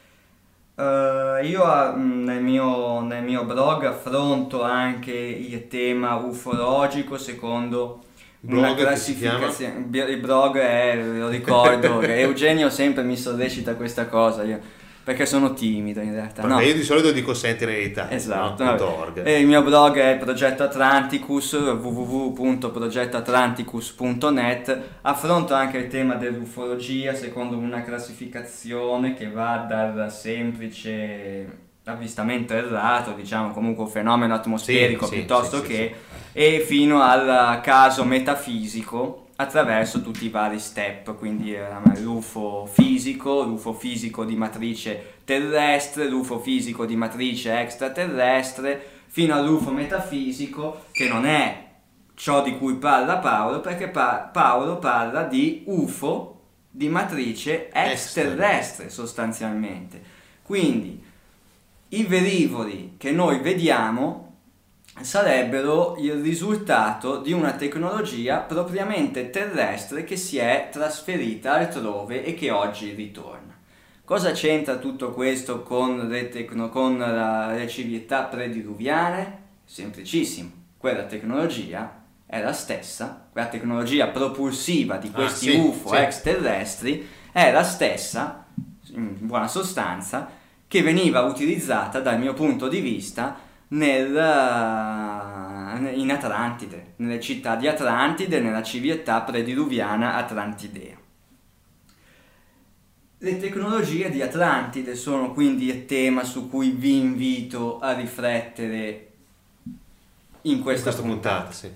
Eh, io ah, mh, nel mio, nel mio blog affronto anche il tema ufologico secondo una Blog che si chiama? classificazione. Bi- Il blog è, lo ricordo, che Eugenio sempre mi sollecita questa cosa, io- perché sono timido in realtà. Perché No. io di solito dico Sentinel Italia, Esatto, no? vabbè. .org. E il mio blog è Progetto Atlanticus, w w w punto progetto atlanticus punto net. Affronto anche il tema dell'ufologia secondo una classificazione che va dal semplice avvistamento errato, diciamo comunque un fenomeno atmosferico Sì, sì, piuttosto sì, sì, che, e fino al caso metafisico attraverso tutti i vari step, quindi eh, l'U F O fisico, l'U F O fisico di matrice terrestre, l'U F O fisico di matrice extraterrestre, fino all'U F O metafisico, che non è ciò di cui parla Paolo, perché pa- Paolo parla di U F O di matrice extraterrestre sostanzialmente. Quindi i velivoli che noi vediamo sarebbero il risultato di una tecnologia propriamente terrestre che si è trasferita altrove e che oggi ritorna. Cosa c'entra tutto questo con le, tecno, con la, le civiltà prediluviane? Semplicissimo, quella tecnologia è la stessa, la tecnologia propulsiva di questi ah, sì, U F O sì. extraterrestri è la stessa, in buona sostanza, che veniva utilizzata dal mio punto di vista nel, in Atlantide, nelle città di Atlantide, nella civiltà prediluviana atlantidea. Le tecnologie di Atlantide sono quindi il tema su cui vi invito a riflettere in questa, in questa puntata, puntata sì.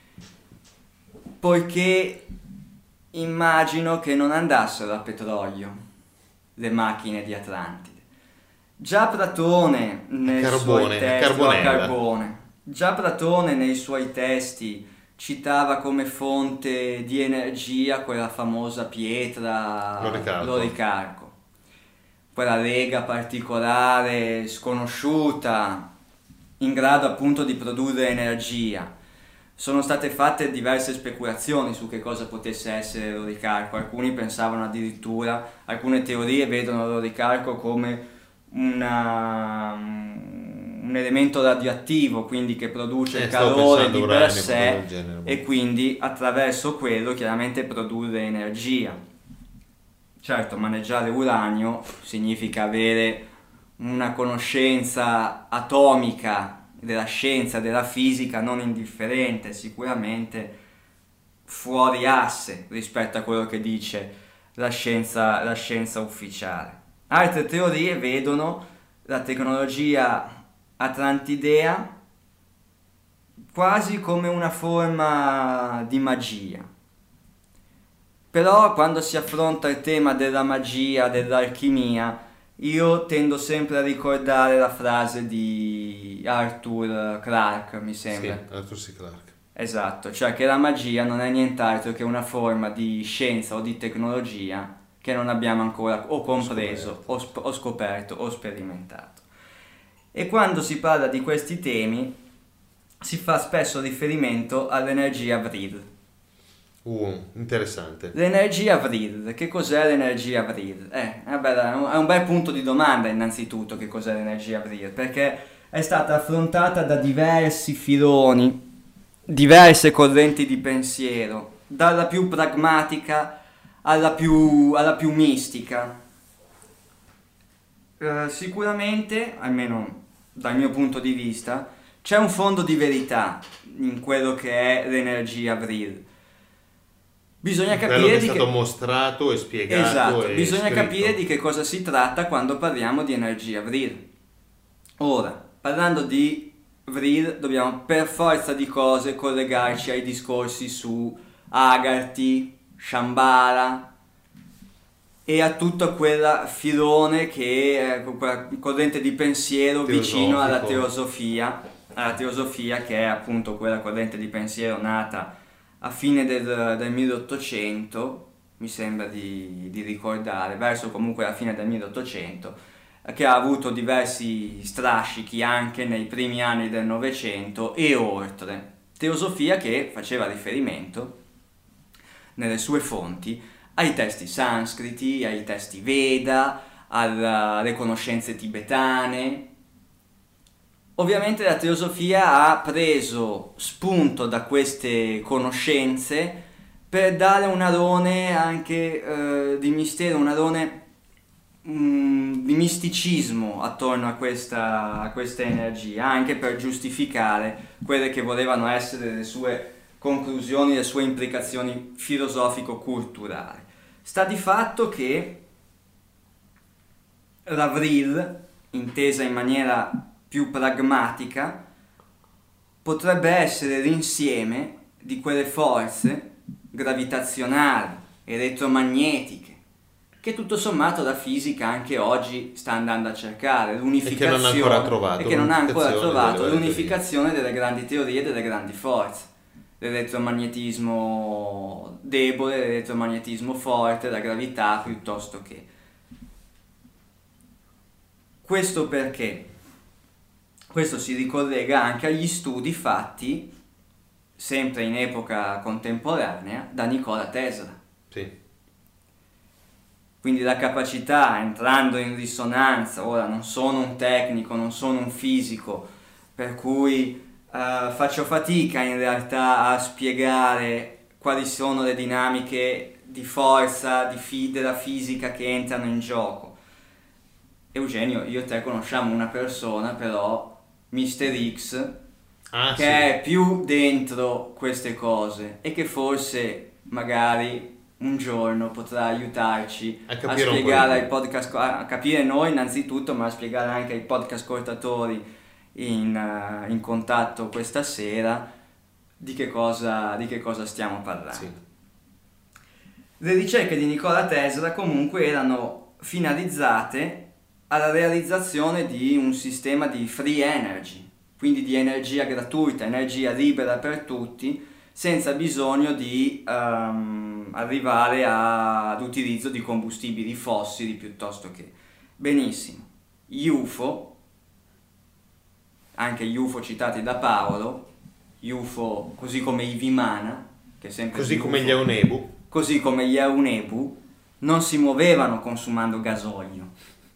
Poiché immagino che non andassero a petrolio le macchine di Atlantide. Già Platone nei carbone, suoi testi, carbonella. o a carbone, già Platone nei suoi testi citava come fonte di energia quella famosa pietra L'oricarco. l'oricarco, quella lega particolare, sconosciuta, in grado appunto di produrre energia. Sono state fatte diverse speculazioni su che cosa potesse essere l'oricarco. Alcuni pensavano addirittura, alcune teorie vedono l'oricarco come una, un elemento radioattivo, quindi che produce Eh, il stavo calore pensando di uranio, per qualcosa sé del genere. e quindi attraverso quello chiaramente produrre energia. Certo, maneggiare uranio significa avere una conoscenza atomica della scienza, della fisica non indifferente, sicuramente fuori asse rispetto a quello che dice la scienza, la scienza ufficiale. Altre teorie vedono la tecnologia atlantidea quasi come una forma di magia. Però quando si affronta il tema della magia, dell'alchimia, io tendo sempre a ricordare la frase di Arthur Clarke, mi sembra. Sì, Arthur C. Clarke. Esatto, cioè che la magia non è nient'altro che una forma di scienza o di tecnologia che non abbiamo ancora o compreso, Scoperto. o, sp- o scoperto, o sperimentato. E quando si parla di questi temi si fa spesso riferimento all'energia Vril. Uh, interessante. L'energia Vril, che cos'è l'energia Vril? Eh, vabbè, è un- è un bel punto di domanda innanzitutto che cos'è l'energia Vril, perché è stata affrontata da diversi filoni, diverse correnti di pensiero, dalla più pragmatica alla più, alla più mistica. Eh, sicuramente, almeno dal mio punto di vista, c'è un fondo di verità in quello che è l'energia Vril. Bisogna Quello capire che è di stato che... mostrato e spiegato. Esatto, e bisogna scritto. capire di che cosa si tratta quando parliamo di energia Vril. Ora, parlando di Vril, dobbiamo per forza di cose collegarci ai discorsi su Agartha, Shambhala e a tutta quella filone che è quella corrente di pensiero vicino alla teosofia, alla teosofia che è appunto quella corrente di pensiero nata a fine del, del milleottocento, mi sembra di, di ricordare, verso comunque la fine del milleottocento, che ha avuto diversi strascichi anche nei primi anni del Novecento e oltre. Teosofia che faceva riferimento nelle sue fonti ai testi sanscriti, ai testi Veda, alle conoscenze tibetane. Ovviamente la teosofia ha preso spunto da queste conoscenze per dare un alone anche eh, di mistero, un alone mh, di misticismo attorno a questa, a questa energia, anche per giustificare quelle che volevano essere le sue conclusioni, le sue implicazioni filosofico-culturali. Sta di fatto che la Vril, intesa in maniera più pragmatica, potrebbe essere l'insieme di quelle forze gravitazionali, elettromagnetiche, che tutto sommato la fisica anche oggi sta andando a cercare, l'unificazione, e che non ha ancora trovato, e che non ha ancora trovato delle l'unificazione delle grandi teorie e delle grandi forze, l'elettromagnetismo debole, l'elettromagnetismo forte, la gravità piuttosto che. Questo perché? Questo si ricollega anche agli studi fatti, sempre in epoca contemporanea, da Nikola Tesla. Sì. Quindi la capacità, entrando in risonanza, ora non sono un tecnico, non sono un fisico, per cui uh, faccio fatica in realtà a spiegare quali sono le dinamiche di forza, di fi- della fisica che entrano in gioco. Eugenio, io e te conosciamo una persona, però, mister X, Ah, che sì. è più dentro queste cose e che forse magari un giorno potrà aiutarci A a, capire un po' spiegare di ai più. podcast, a capire noi innanzitutto, ma a spiegare anche ai podcast ascoltatori in, uh, in contatto questa sera di che cosa, di che cosa stiamo parlando. Sì. Le ricerche di Nikola Tesla comunque erano finalizzate alla realizzazione di un sistema di free energy, quindi di energia gratuita, energia libera per tutti, senza bisogno di um, arrivare a, ad utilizzo di combustibili fossili piuttosto che. Benissimo, gli U F O, anche gli U F O citati da Paolo, gli U F O così come i Vimana, che è sempre Così di come U F O, gli Eunebu. così come gli Eunebu, non si muovevano consumando gasolio,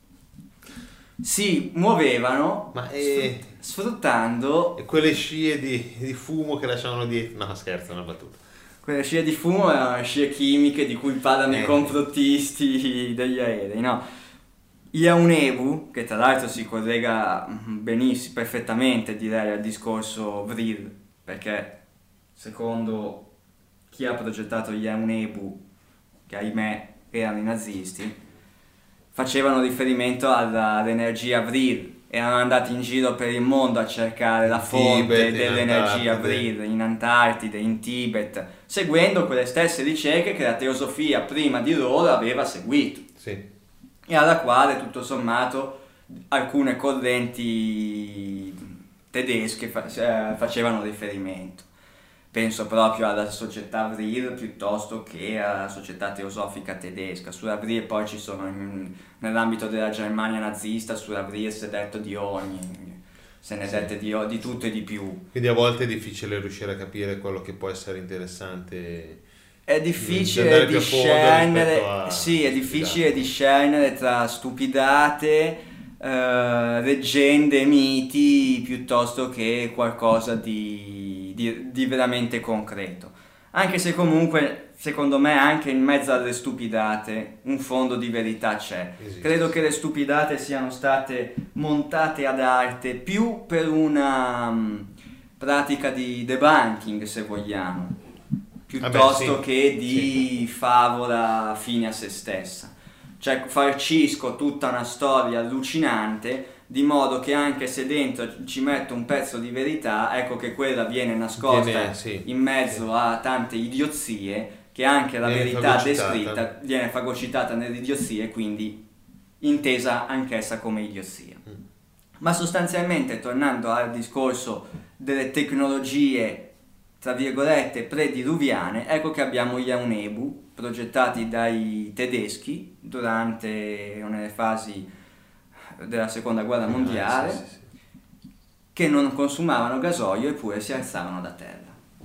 si muovevano Ma è... sfruttando e quelle scie di, di fumo che lasciavano dietro. No, scherzo, è una battuta. quelle scie di fumo, erano scie chimiche di cui parlano Eh. i complottisti degli aerei, no? Gli Eunebu, che tra l'altro si collega benissimo, perfettamente direi al discorso Vril, perché secondo chi ha progettato gli Eunebu, che ahimè erano i nazisti, facevano riferimento alla- all'energia Vril, erano andati in giro per il mondo a cercare la fonte Tibet, in dell'energia Antartide. Vril, in Antartide, in Tibet, seguendo quelle stesse ricerche che la teosofia prima di loro aveva seguito Sì. e alla quale tutto sommato alcune correnti tedesche fa- eh, facevano riferimento. Penso proprio alla società Vril piuttosto che alla società teosofica tedesca. Sulla Vril poi ci sono, in- nell'ambito della Germania nazista, sulla Vril si è detto di ogni, se ne è Sì. dette di, di tutto e di più. Quindi a volte è difficile riuscire a capire quello che può essere interessante. È Mm, difficile andare più a fondo discernere, rispetto a sì, è difficile stupidate. discernere tra stupidate, eh, leggende, miti, piuttosto che qualcosa di, di- di veramente concreto. Anche se comunque, secondo me, anche in mezzo alle stupidate un fondo di verità c'è. Esiste. Credo che le stupidate siano state montate ad arte più per una mm, pratica di debunking, se vogliamo, piuttosto Vabbè, sì, che di favola fine a se stessa. Cioè farcisco tutta una storia allucinante, di modo che anche se dentro ci metto un pezzo di verità, ecco che quella viene nascosta Viene, sì, in mezzo sì. a tante idiozie, che anche la Viene verità fagocitata. descritta viene fagocitata nelle idiozie e quindi intesa anch'essa come idiozia. Mm. Ma sostanzialmente, tornando al discorso delle tecnologie tra virgolette prediluviane, ecco che abbiamo gli Eunebu progettati dai tedeschi durante una delle fasi della seconda guerra mondiale, Ah, sì, sì, sì. che non consumavano gasolio eppure si alzavano da terra.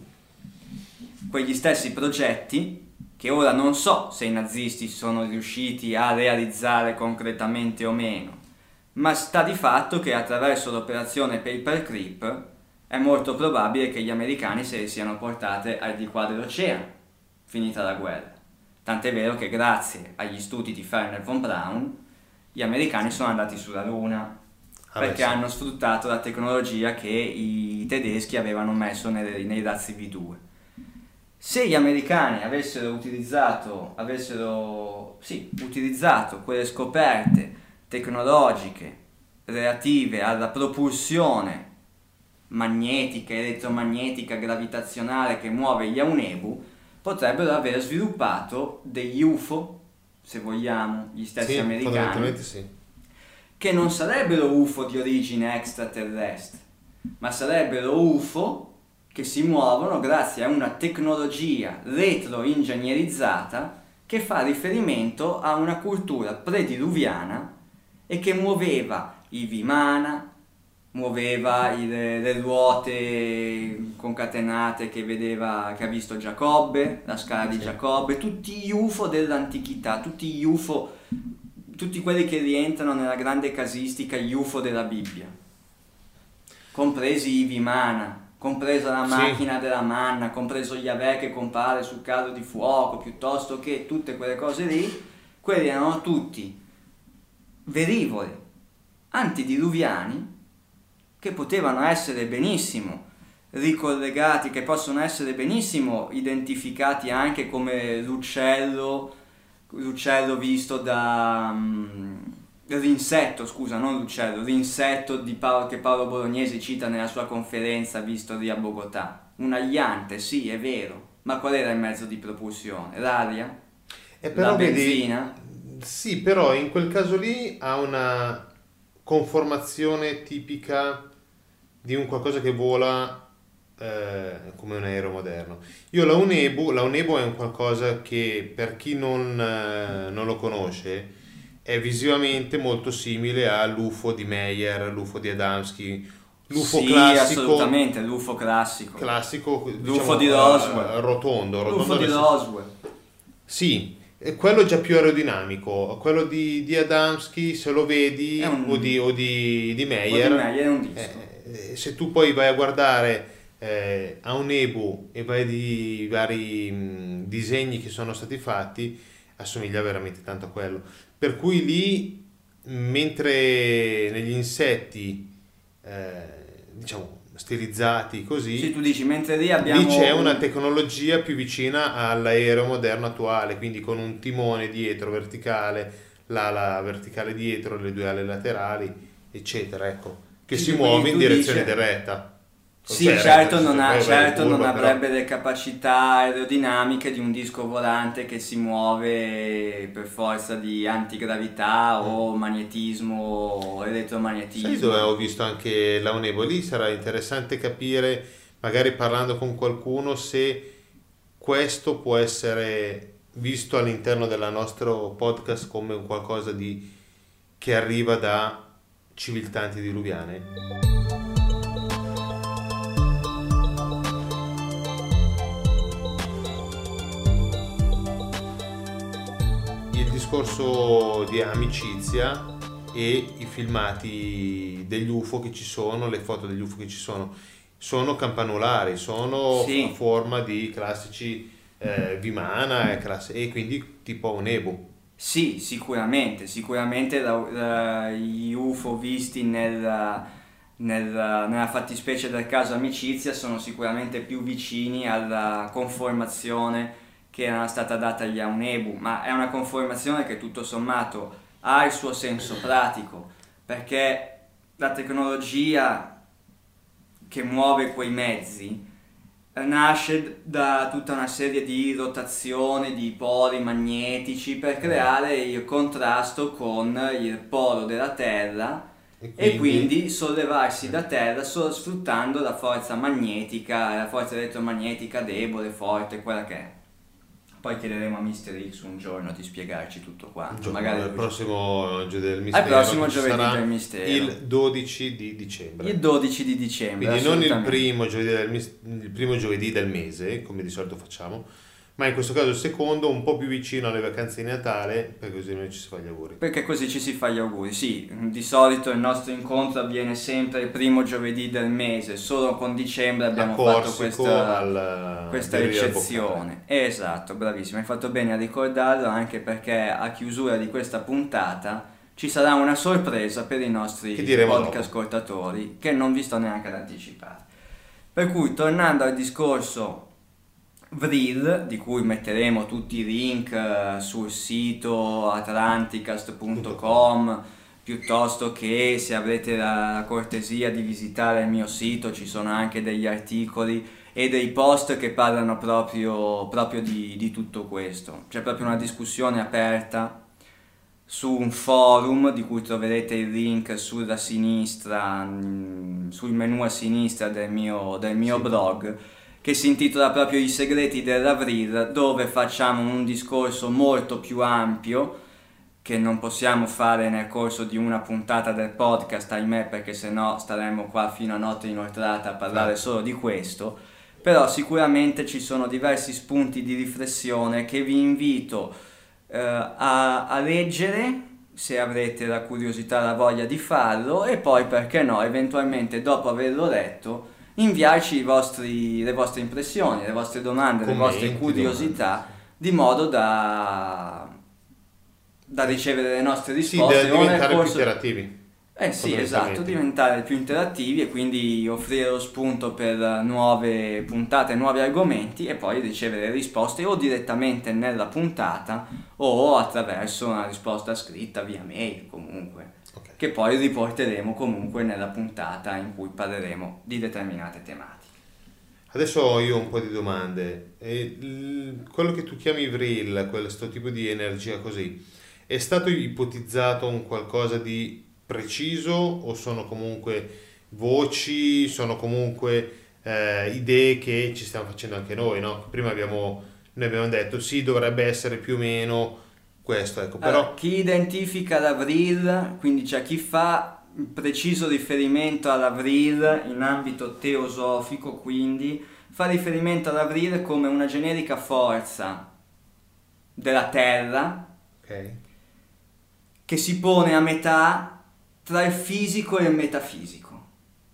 Quegli stessi progetti che ora non so se i nazisti sono riusciti a realizzare concretamente o meno, ma sta di fatto che attraverso l'operazione Paperclip è molto probabile che gli americani se le siano portate al di qua dell'oceano, finita la guerra. Tant'è vero che grazie agli studi di Wernher von Braun gli americani sono andati sulla Luna, Ah, beh, perché sì. hanno sfruttato la tecnologia che i tedeschi avevano messo nei, nei razzi V due. Se gli americani avessero utilizzato, avessero, sì, utilizzato quelle scoperte tecnologiche relative alla propulsione magnetica, elettromagnetica, gravitazionale che muove gli Eunebu, potrebbero aver sviluppato degli U F O, se vogliamo, gli stessi Sì, americani, fondamentalmente sì. che non sarebbero U F O di origine extraterrestre, ma sarebbero U F O che si muovono grazie a una tecnologia retroingegnerizzata che fa riferimento a una cultura prediluviana e che muoveva i Vimana, muoveva il- le ruote concatenate che vedeva, che ha visto Giacobbe, la scala di Sì. Giacobbe, tutti gli U F O dell'antichità, tutti gli U F O, tutti quelli che rientrano nella grande casistica, gli U F O della Bibbia, compresi i Vimana, compresa la Sì. macchina della manna, compreso Yahweh che compare sul carro di fuoco, piuttosto che tutte quelle cose lì, quelli erano tutti velivoli antidiluviani che potevano essere benissimo ricollegati, che possono essere benissimo identificati anche come l'uccello, l'uccello visto da... mm, l'insetto, scusa, non l'uccello, l'insetto di Paolo, che Paolo Bolognesi cita nella sua conferenza visto lì a Bogotà. Un aliante, sì, è vero, ma qual era il mezzo di propulsione? L'aria? E però La vedi- benzina? Sì, però in quel caso lì ha una conformazione tipica di un qualcosa che vola eh, come un aereo moderno. Io la Unebu, la Unebu è un qualcosa che per chi non, eh, non lo conosce è visivamente molto simile all'U F O di Meyer, l'U F O di Adamski, l'U F O Sì, classico, assolutamente, l'U F O classico. classico L'U F O di Roswell. eh, rotondo, L'U F O rotondo di nel senso- Roswell. Sì, è quello già più aerodinamico, quello di, di Adamski se lo vedi È un- o di, o di, di O Meyer, di Meyer è un disco. eh, se tu poi vai a guardare eh, a un Ebu e vai di vari mh, disegni che sono stati fatti, assomiglia veramente tanto a quello. Per cui lì, mentre negli insetti, eh, diciamo, stilizzati così, Sì, tu dici, mentre lì abbiamo... lì c'è un- una tecnologia più vicina all'aereo moderno attuale, quindi con un timone dietro verticale, l'ala verticale dietro, le due ale laterali, eccetera, ecco, che Sì, si quindi muove in tu direzione dici- diretta. Sì, Cioè, certo, retta, non, ha- poi vai in certo non curva, però- avrebbe le capacità aerodinamiche di un disco volante che si muove per forza di antigravità o magnetismo o elettromagnetismo. Sai dove ho visto anche la Unebu? Lì sarà interessante capire, magari parlando con qualcuno, se questo può essere visto all'interno del nostro podcast come un qualcosa di che arriva da civiltà antidiluviane. Il discorso di amicizia e i filmati degli U F O che ci sono, le foto degli U F O che ci sono, sono campanulari, sono Sì. a forma di classici eh, Vimana e, class- e quindi tipo Unebu. Sì, sicuramente, sicuramente la- la- gli U F O visti nel- nel- nella fattispecie del caso amicizia sono sicuramente più vicini alla conformazione che era stata data agli Unebu, ma è una conformazione che tutto sommato ha il suo senso pratico, perché la tecnologia che muove quei mezzi nasce da tutta una serie di rotazione di poli magnetici per creare il contrasto con il polo della Terra e quindi sollevarsi da Terra solo sfruttando la forza magnetica, la forza elettromagnetica debole, forte, quella che è. Poi chiederemo a mister X un giorno di spiegarci tutto quanto. Magari al lui- prossimo giovedì del mistero, Al prossimo che giovedì sarà del mistero. il dodici di dicembre. il dodici di dicembre. Quindi non il assolutamente. primo, giovedì del, mis- il primo giovedì del mese, come di solito facciamo, ma in questo caso il secondo, un po' più vicino alle vacanze di Natale, perché così noi ci si fa gli auguri. Perché così ci si fa gli auguri, sì, di solito il nostro incontro avviene sempre il primo giovedì del mese, solo con dicembre abbiamo A fatto Corsico, questa, al- questa Birri al eccezione. Esatto, bravissimo, hai fatto bene a ricordarlo anche perché a chiusura di questa puntata ci sarà una sorpresa per i nostri Che diremo podcast dopo. ascoltatori che non vi sto neanche ad anticipare. Per cui, tornando al discorso Vril, di cui metteremo tutti i link eh, sul sito atlanticast punto com, piuttosto che se avrete la cortesia di visitare il mio sito ci sono anche degli articoli e dei post che parlano proprio, proprio di, di tutto questo. C'è proprio una discussione aperta su un forum di cui troverete il link sulla sinistra, mm, sul menu a sinistra del mio, del mio blog, che si intitola proprio I segreti della Vril, dove facciamo un discorso molto più ampio che non possiamo fare nel corso di una puntata del podcast, ahimè, perché sennò staremmo qua fino a notte inoltrata a parlare solo di questo, però sicuramente ci sono diversi spunti di riflessione che vi invito eh, a, a leggere, se avrete la curiosità e la voglia di farlo, e poi, perché no, eventualmente dopo averlo letto, inviarci i vostri, le vostre impressioni, le vostre domande, Commenti, le vostre curiosità, domande, di modo da, da ricevere le nostre Sì, risposte. deve o nel diventare più corso- interattivi. Eh sì, fondamentalmente. esatto, diventare più interattivi e quindi offrire lo spunto per nuove puntate, nuovi argomenti, e poi ricevere risposte o direttamente nella puntata o attraverso una risposta scritta via mail comunque, Ok. che poi riporteremo comunque nella puntata in cui parleremo di determinate tematiche. Adesso ho io un po' di domande. E il- quello che tu chiami vril, questo tipo di energia così, è stato ipotizzato un qualcosa di preciso o sono comunque voci, sono comunque eh, idee che ci stiamo facendo anche noi, no? Prima abbiamo, noi abbiamo detto sì, dovrebbe essere più o meno questo, ecco, però Allora, chi identifica la vril, quindi c'è chi fa preciso riferimento alla vril in ambito teosofico, quindi fa riferimento alla vril come una generica forza della Terra ok, che si pone a metà tra il fisico e il metafisico,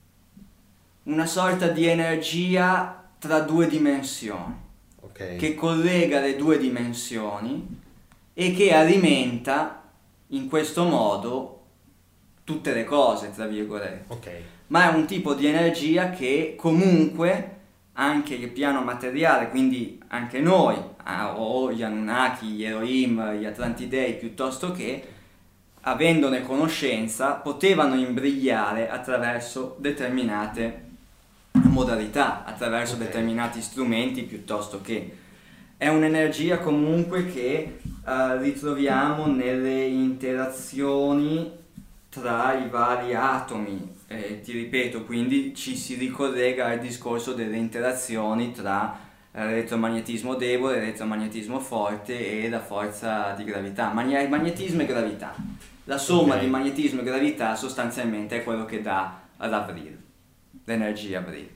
una sorta di energia tra due dimensioni ok, che collega le due dimensioni e che alimenta in questo modo tutte le cose, tra virgolette. ok, Ma è un tipo di energia che comunque anche il piano materiale, quindi anche noi, ah, o gli Anunnaki, gli Elohim, gli Atlantidei, piuttosto che, avendone conoscenza, potevano imbrigliare attraverso determinate modalità, attraverso Ok. determinati strumenti, piuttosto che. È un'energia comunque che eh, ritroviamo nelle interazioni tra i vari atomi. Eh, ti ripeto, quindi ci si ricollega al discorso delle interazioni tra eh, l'elettromagnetismo debole, l'elettromagnetismo forte e la forza di gravità. Magna- magnetismo e gravità. La somma Ok. di magnetismo e gravità sostanzialmente è quello che dà la vril, l'energia vril.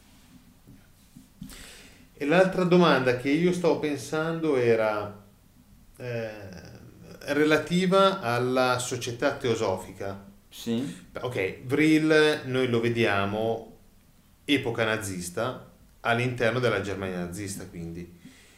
E l'altra domanda che io stavo pensando era eh, relativa alla società teosofica. Sì? Ok, vril noi lo vediamo epoca nazista all'interno della Germania nazista, quindi.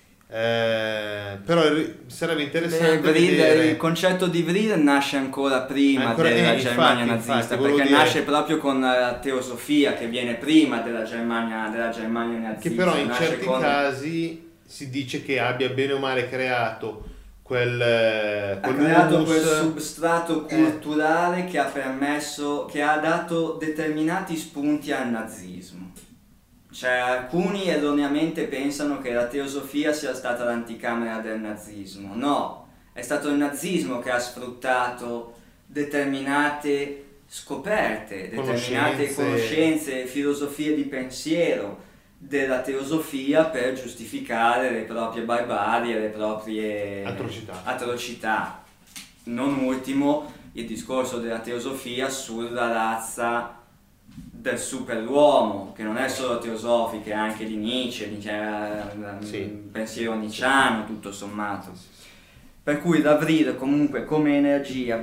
Eh, però ri- sarebbe interessante Beh, vril- vedere. il concetto di vril nasce ancora prima Ancora- della eh, Germania infatti, nazista, infatti, volevo perché dire- nasce proprio con la teosofia che viene prima della Germania, della Germania nazista. Che però in nasce certi con- casi si dice che abbia bene o male creato quel, eh, ha quel creato humus. quel substrato Eh. culturale che ha permesso, che ha dato determinati spunti al nazismo. Cioè, alcuni erroneamente pensano che la teosofia sia stata l'anticamera del nazismo. No, è stato il nazismo che ha sfruttato determinate scoperte, determinate Conoscenze. conoscenze, filosofie di pensiero della teosofia per giustificare le proprie barbarie, le proprie Atrocità. atrocità. Non ultimo il discorso della teosofia sulla razza del superuomo, che non è solo teosofica, è anche di Nietzsche, di- cioè, Sì. il pensiero nietzschiano, tutto sommato. Per cui la vril comunque come energia,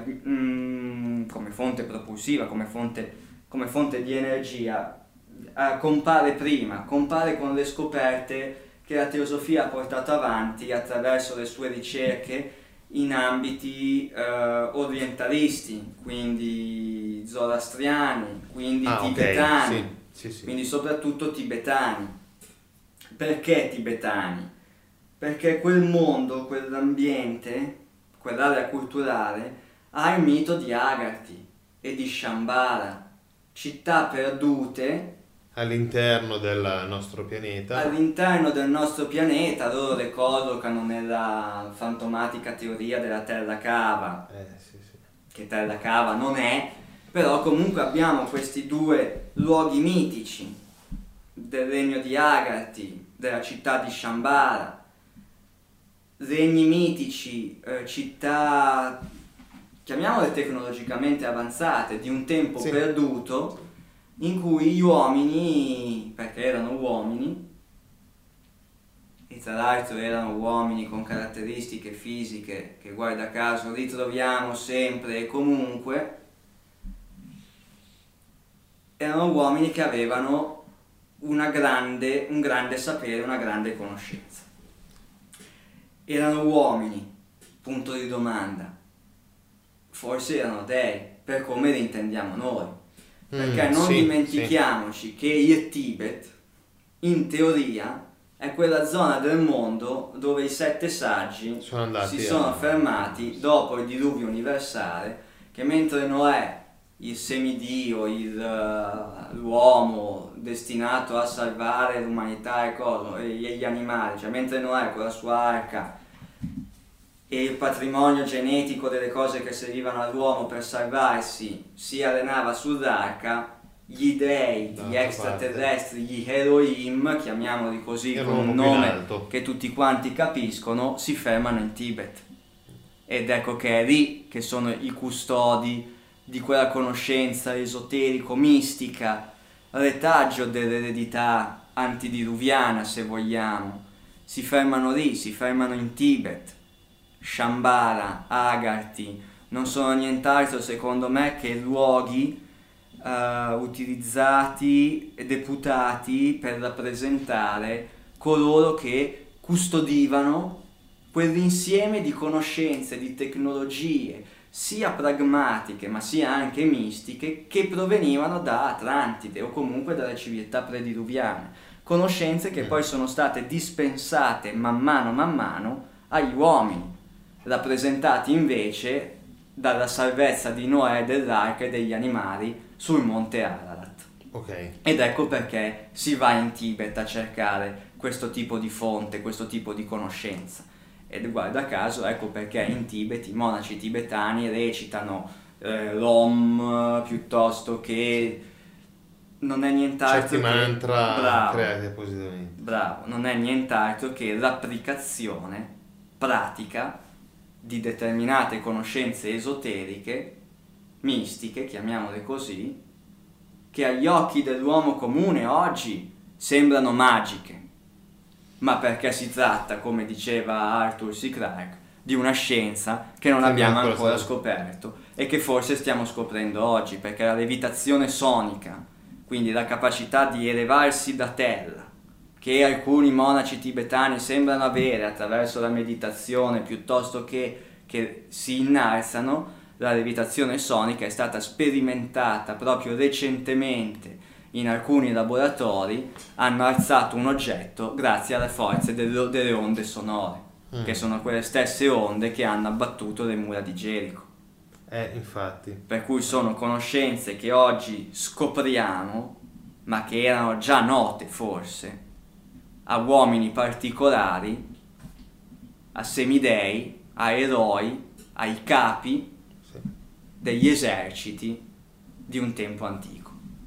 mm, come fonte propulsiva, come fonte, come fonte di energia, eh, compare prima, compare con le scoperte che la teosofia ha portato avanti attraverso le sue ricerche in ambiti eh, orientalisti, quindi zoroastriani, quindi Ah, ok, tibetani, sì, sì, sì. quindi soprattutto tibetani. Perché tibetani? Perché quel mondo, quell'ambiente, quell'area culturale ha il mito di Agartha e di Shambhala, città perdute All'interno del nostro pianeta. all'interno del nostro pianeta. Loro le collocano nella fantomatica teoria della terra cava, Eh, sì, sì. che terra cava non è, però comunque abbiamo questi due luoghi mitici del regno di Agartha, della città di Shambhala, regni mitici, eh, città chiamiamole tecnologicamente avanzate, di un tempo Sì. perduto, in cui gli uomini, perché erano uomini, e tra l'altro erano uomini con caratteristiche fisiche che guarda caso ritroviamo sempre e comunque, erano uomini che avevano una grande, un grande sapere, una grande conoscenza. Erano uomini, punto di domanda, forse erano dei, per come li intendiamo noi, perché Mm, non sì, dimentichiamoci sì. che il Tibet, in teoria, è quella zona del mondo dove i sette saggi Sono andati si sono a- fermati dopo il diluvio universale, che mentre Noè, il semidio, il, eh, l'uomo destinato a salvare l'umanità e, cosa, e gli animali, cioè mentre Noè con la sua arca e il patrimonio genetico delle cose che servivano all'uomo per salvarsi si arenava sull'arca, gli dei, gli D'altra extraterrestri, gli Elohim, chiamiamoli così Era con un un uomo più in nome alto. che tutti quanti capiscono, si fermano in Tibet. Ed ecco che è lì che sono i custodi di quella conoscenza esoterico-mistica, retaggio dell'eredità antidiluviana, se vogliamo. Si fermano lì, si fermano in Tibet. Shambhala, Agartha, non sono nient'altro secondo me che luoghi uh, utilizzati e deputati per rappresentare coloro che custodivano quell'insieme di conoscenze, di tecnologie, sia pragmatiche ma sia anche mistiche, che provenivano da Atlantide o comunque dalle civiltà prediluviane. Conoscenze che poi sono state dispensate man mano man mano agli uomini, rappresentati invece dalla salvezza di Noè, dell'arca e degli animali sul monte Ararat. Ok. Ed ecco perché si va in Tibet a cercare questo tipo di fonte, questo tipo di conoscenza. Ed guarda caso, ecco perché in Tibet i monaci tibetani recitano eh, l'Om, piuttosto che non è nient'altro Certi che mantra bravo, creati appositamente. bravo, non è nient'altro che l'applicazione pratica di determinate conoscenze esoteriche, mistiche, chiamiamole così, che agli occhi dell'uomo comune oggi sembrano magiche, ma perché si tratta, come diceva Arthur C. Clarke, di una scienza che non Che abbiamo non è ancora ancora stata- scoperto e che forse stiamo scoprendo oggi, perché la levitazione sonica, quindi la capacità di elevarsi da terra, che alcuni monaci tibetani sembrano avere attraverso la meditazione piuttosto che, che si innalzano, la levitazione sonica è stata sperimentata proprio recentemente in alcuni laboratori, hanno alzato un oggetto grazie alle forze delle, delle onde sonore, Mm. che sono quelle stesse onde che hanno abbattuto le mura di Gerico. Eh, infatti. Per cui sono conoscenze che oggi scopriamo, ma che erano già note forse a uomini particolari, a semidei, a eroi, ai capi Sì. degli eserciti di un tempo antico.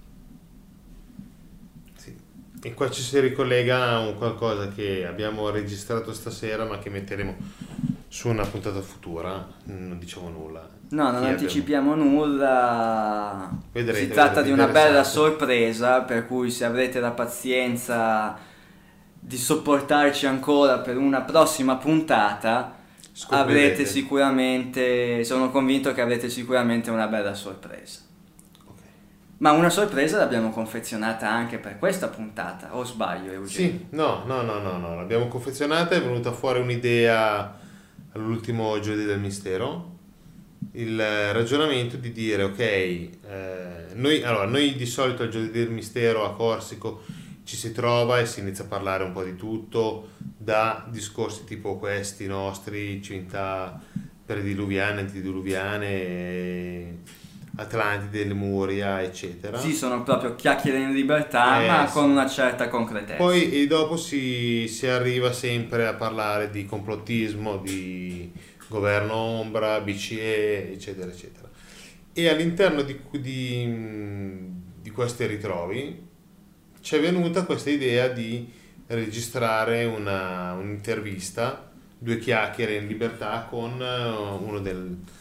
Sì. E qua ci si ricollega a un qualcosa che abbiamo registrato stasera, ma che metteremo su una puntata futura. Non diciamo nulla. No, non Chi anticipiamo nulla. Vedrete, Si tratta vedrete, di una bella interessante. sorpresa, per cui se avrete la pazienza di sopportarci ancora per una prossima puntata, Scoprirete. avrete sicuramente, sono convinto che avrete sicuramente una bella sorpresa. Ok. Ma una sorpresa l'abbiamo confezionata anche per questa puntata, o sbaglio, Eugenio? Sì, no, no, no, no, no, l'abbiamo confezionata, è venuta fuori un'idea all'ultimo Giovedì del Mistero, il ragionamento di dire, ok, eh, noi, allora, noi di solito al Giovedì del Mistero a Corsico ci si trova e si inizia a parlare un po' di tutto, da discorsi tipo questi nostri, civiltà prediluviane, antediluviane, eh, Atlantide, Lemuria, eccetera. Sì, sono proprio chiacchiere in libertà, Eh, ma sì. con una certa concretezza. Poi e dopo si, si arriva sempre a parlare di complottismo, di governo ombra, B C E, eccetera, eccetera. E all'interno di, di, di questi ritrovi ci è venuta questa idea di registrare una, un'intervista, due chiacchiere in libertà con uno del,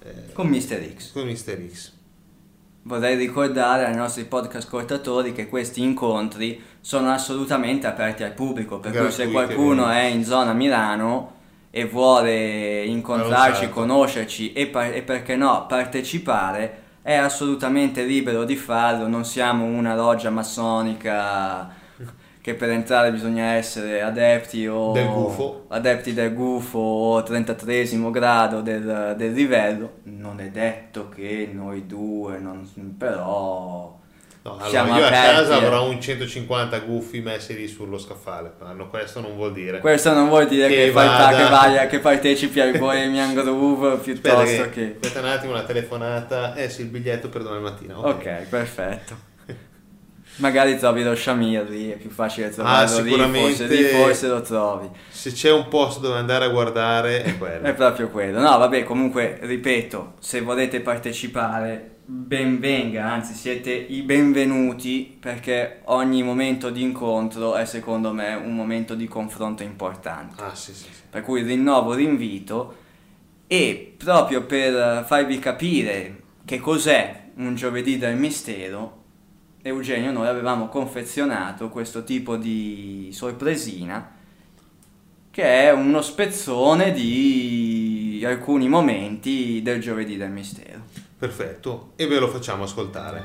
eh, con mister X. Con mister X. Vorrei ricordare ai nostri podcast ascoltatori che questi incontri sono assolutamente aperti al pubblico, per cui se qualcuno è in zona Milano e vuole incontrarci, conoscerci e, par- e perché no partecipare, è assolutamente libero di farlo. Non siamo una loggia massonica che per entrare bisogna essere adepti o del gufo, adepti del gufo o trentatreesimo grado del, del livello. Non è detto che noi due non, però no, allora siamo io aperti, a casa eh. avrò un centocinquanta gufi messi lì sullo scaffale, ma questo non vuol dire questo non vuol dire che, che, fai, vada... che, vai, che partecipi al Bohemian Groove piuttosto aspetta che, che aspetta un attimo, una telefonata, eh sì, il biglietto per domani mattina. Ok, okay, perfetto. Magari trovi lo Shamir lì, è più facile trovarlo ah, sicuramente, lì, forse, lì forse lo trovi. Se c'è un posto dove andare a guardare è quello. È proprio quello. No, vabbè, comunque, ripeto, se volete partecipare, ben venga, anzi siete i benvenuti, perché ogni momento di incontro è secondo me un momento di confronto importante. Ah, sì, sì, sì. Per cui rinnovo l'invito e proprio per farvi capire che cos'è un giovedì del mistero, Eugenio, noi avevamo confezionato questo tipo di sorpresina che è uno spezzone di alcuni momenti del giovedì del mistero. Perfetto, e ve lo facciamo ascoltare.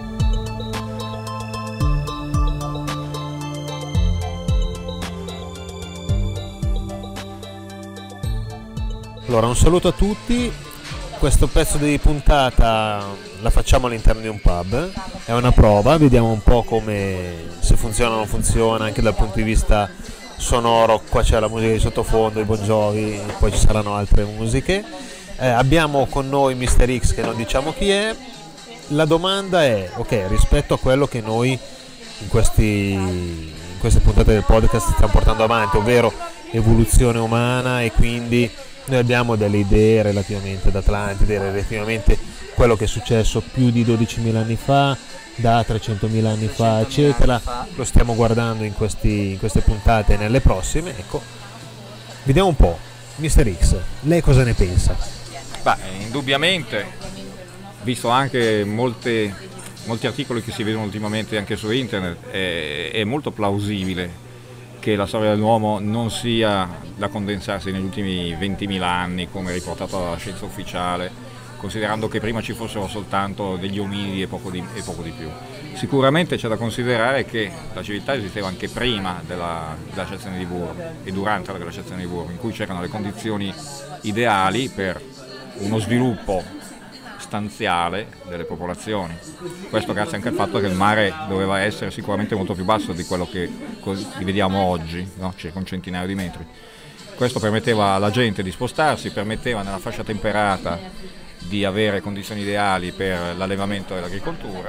Allora, un saluto a tutti. Questo pezzo di puntata la facciamo all'interno di un pub, è una prova, vediamo un po' come, se funziona o non funziona anche dal punto di vista sonoro. Qua c'è la musica di sottofondo, i Bon Jovi, poi ci saranno altre musiche. Eh, abbiamo con noi mister X che non diciamo chi è. La domanda è, ok, rispetto a quello che noi in, questi, in queste puntate del podcast stiamo portando avanti, ovvero evoluzione umana, e quindi noi abbiamo delle idee relativamente ad Atlantide, relativamente quello che è successo più di dodicimila anni fa, da trecentomila anni fa, eccetera. Lo stiamo guardando in, questi, in queste puntate e nelle prossime. Ecco, vediamo un po'. mister X, lei cosa ne pensa? Beh, indubbiamente, visto anche molte, molti articoli che si vedono ultimamente anche su internet, è, è molto plausibile che la storia dell'uomo non sia da condensarsi negli ultimi ventimila anni come riportato dalla scienza ufficiale, considerando che prima ci fossero soltanto degli ominidi e poco di, e poco di più. Sicuramente c'è da considerare che la civiltà esisteva anche prima della glaciazione di Burro e durante la glaciazione di Burro, in cui c'erano le condizioni ideali per uno sviluppo stanziale delle popolazioni. Questo grazie anche al fatto che il mare doveva essere sicuramente molto più basso di quello che vediamo oggi, no? Circa un centinaio di metri. Questo permetteva alla gente di spostarsi, permetteva nella fascia temperata di avere condizioni ideali per l'allevamento e l'agricoltura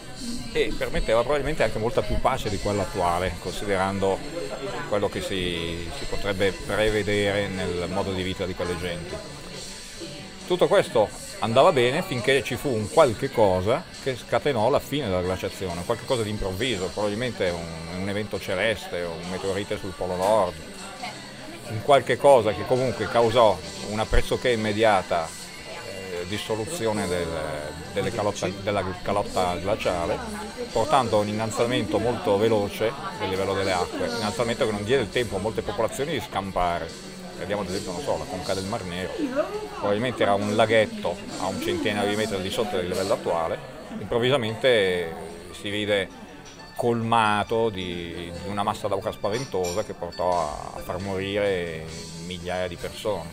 e permetteva probabilmente anche molta più pace di quella attuale, considerando quello che si, si potrebbe prevedere nel modo di vita di quelle genti. Tutto questo andava bene finché ci fu un qualche cosa che scatenò la fine della glaciazione, qualche cosa di improvviso, probabilmente un, un evento celeste o un meteorite sul Polo Nord, un qualche cosa che comunque causò una pressoché immediata eh, dissoluzione del, delle calotta, della calotta glaciale, portando a un innalzamento molto veloce del livello delle acque, innalzamento che non diede il tempo a molte popolazioni di scampare. Vediamo ad esempio, non so, la conca del Mar Nero, probabilmente era un laghetto a un centinaio di metri al di sotto del livello attuale, improvvisamente si vide colmato di, di una massa d'acqua spaventosa che portò a far morire migliaia di persone.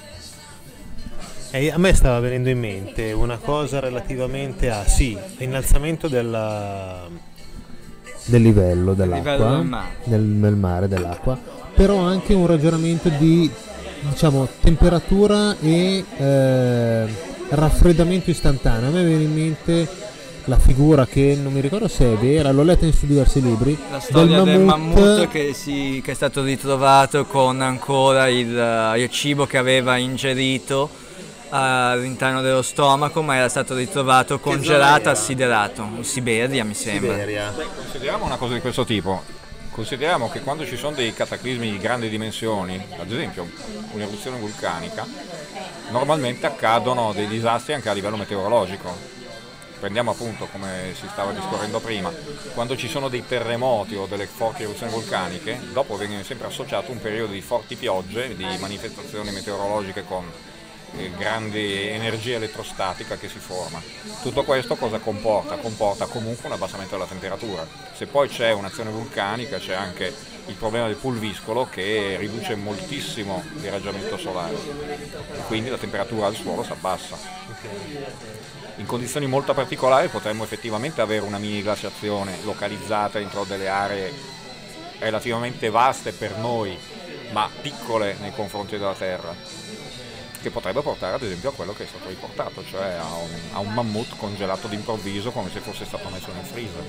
E a me stava venendo in mente una cosa relativamente a, sì, innalzamento della, del livello dell'acqua, livello del mare. Del, del mare, dell'acqua, però anche un ragionamento di, diciamo, temperatura e eh, raffreddamento istantaneo. A me viene in mente la figura che non mi ricordo se è vera, l'ho letta in su diversi libri, la storia del mammut, del mammut che, si, che è stato ritrovato con ancora il, il cibo che aveva ingerito all'interno dello stomaco, ma era stato ritrovato congelato, assiderato in Siberia, mi sembra. Siberia. Beh, consideriamo una cosa di questo tipo. Consideriamo che quando ci sono dei cataclismi di grandi dimensioni, ad esempio un'eruzione vulcanica, normalmente accadono dei disastri anche a livello meteorologico. Prendiamo appunto, come si stava discorrendo prima, quando ci sono dei terremoti o delle forti eruzioni vulcaniche, dopo viene sempre associato un periodo di forti piogge, di manifestazioni meteorologiche con eh, grande energia elettrostatica che si forma. Tutto questo cosa comporta? Comporta comunque un abbassamento della temperatura. Se poi c'è un'azione vulcanica c'è anche il problema del pulviscolo che riduce moltissimo l'irraggiamento solare e quindi la temperatura al suolo si abbassa. In condizioni molto particolari potremmo effettivamente avere una mini glaciazione localizzata dentro delle aree relativamente vaste per noi, ma piccole nei confronti della Terra, che potrebbe portare ad esempio a quello che è stato riportato, cioè a un, a un mammut congelato d'improvviso come se fosse stato messo nel freezer.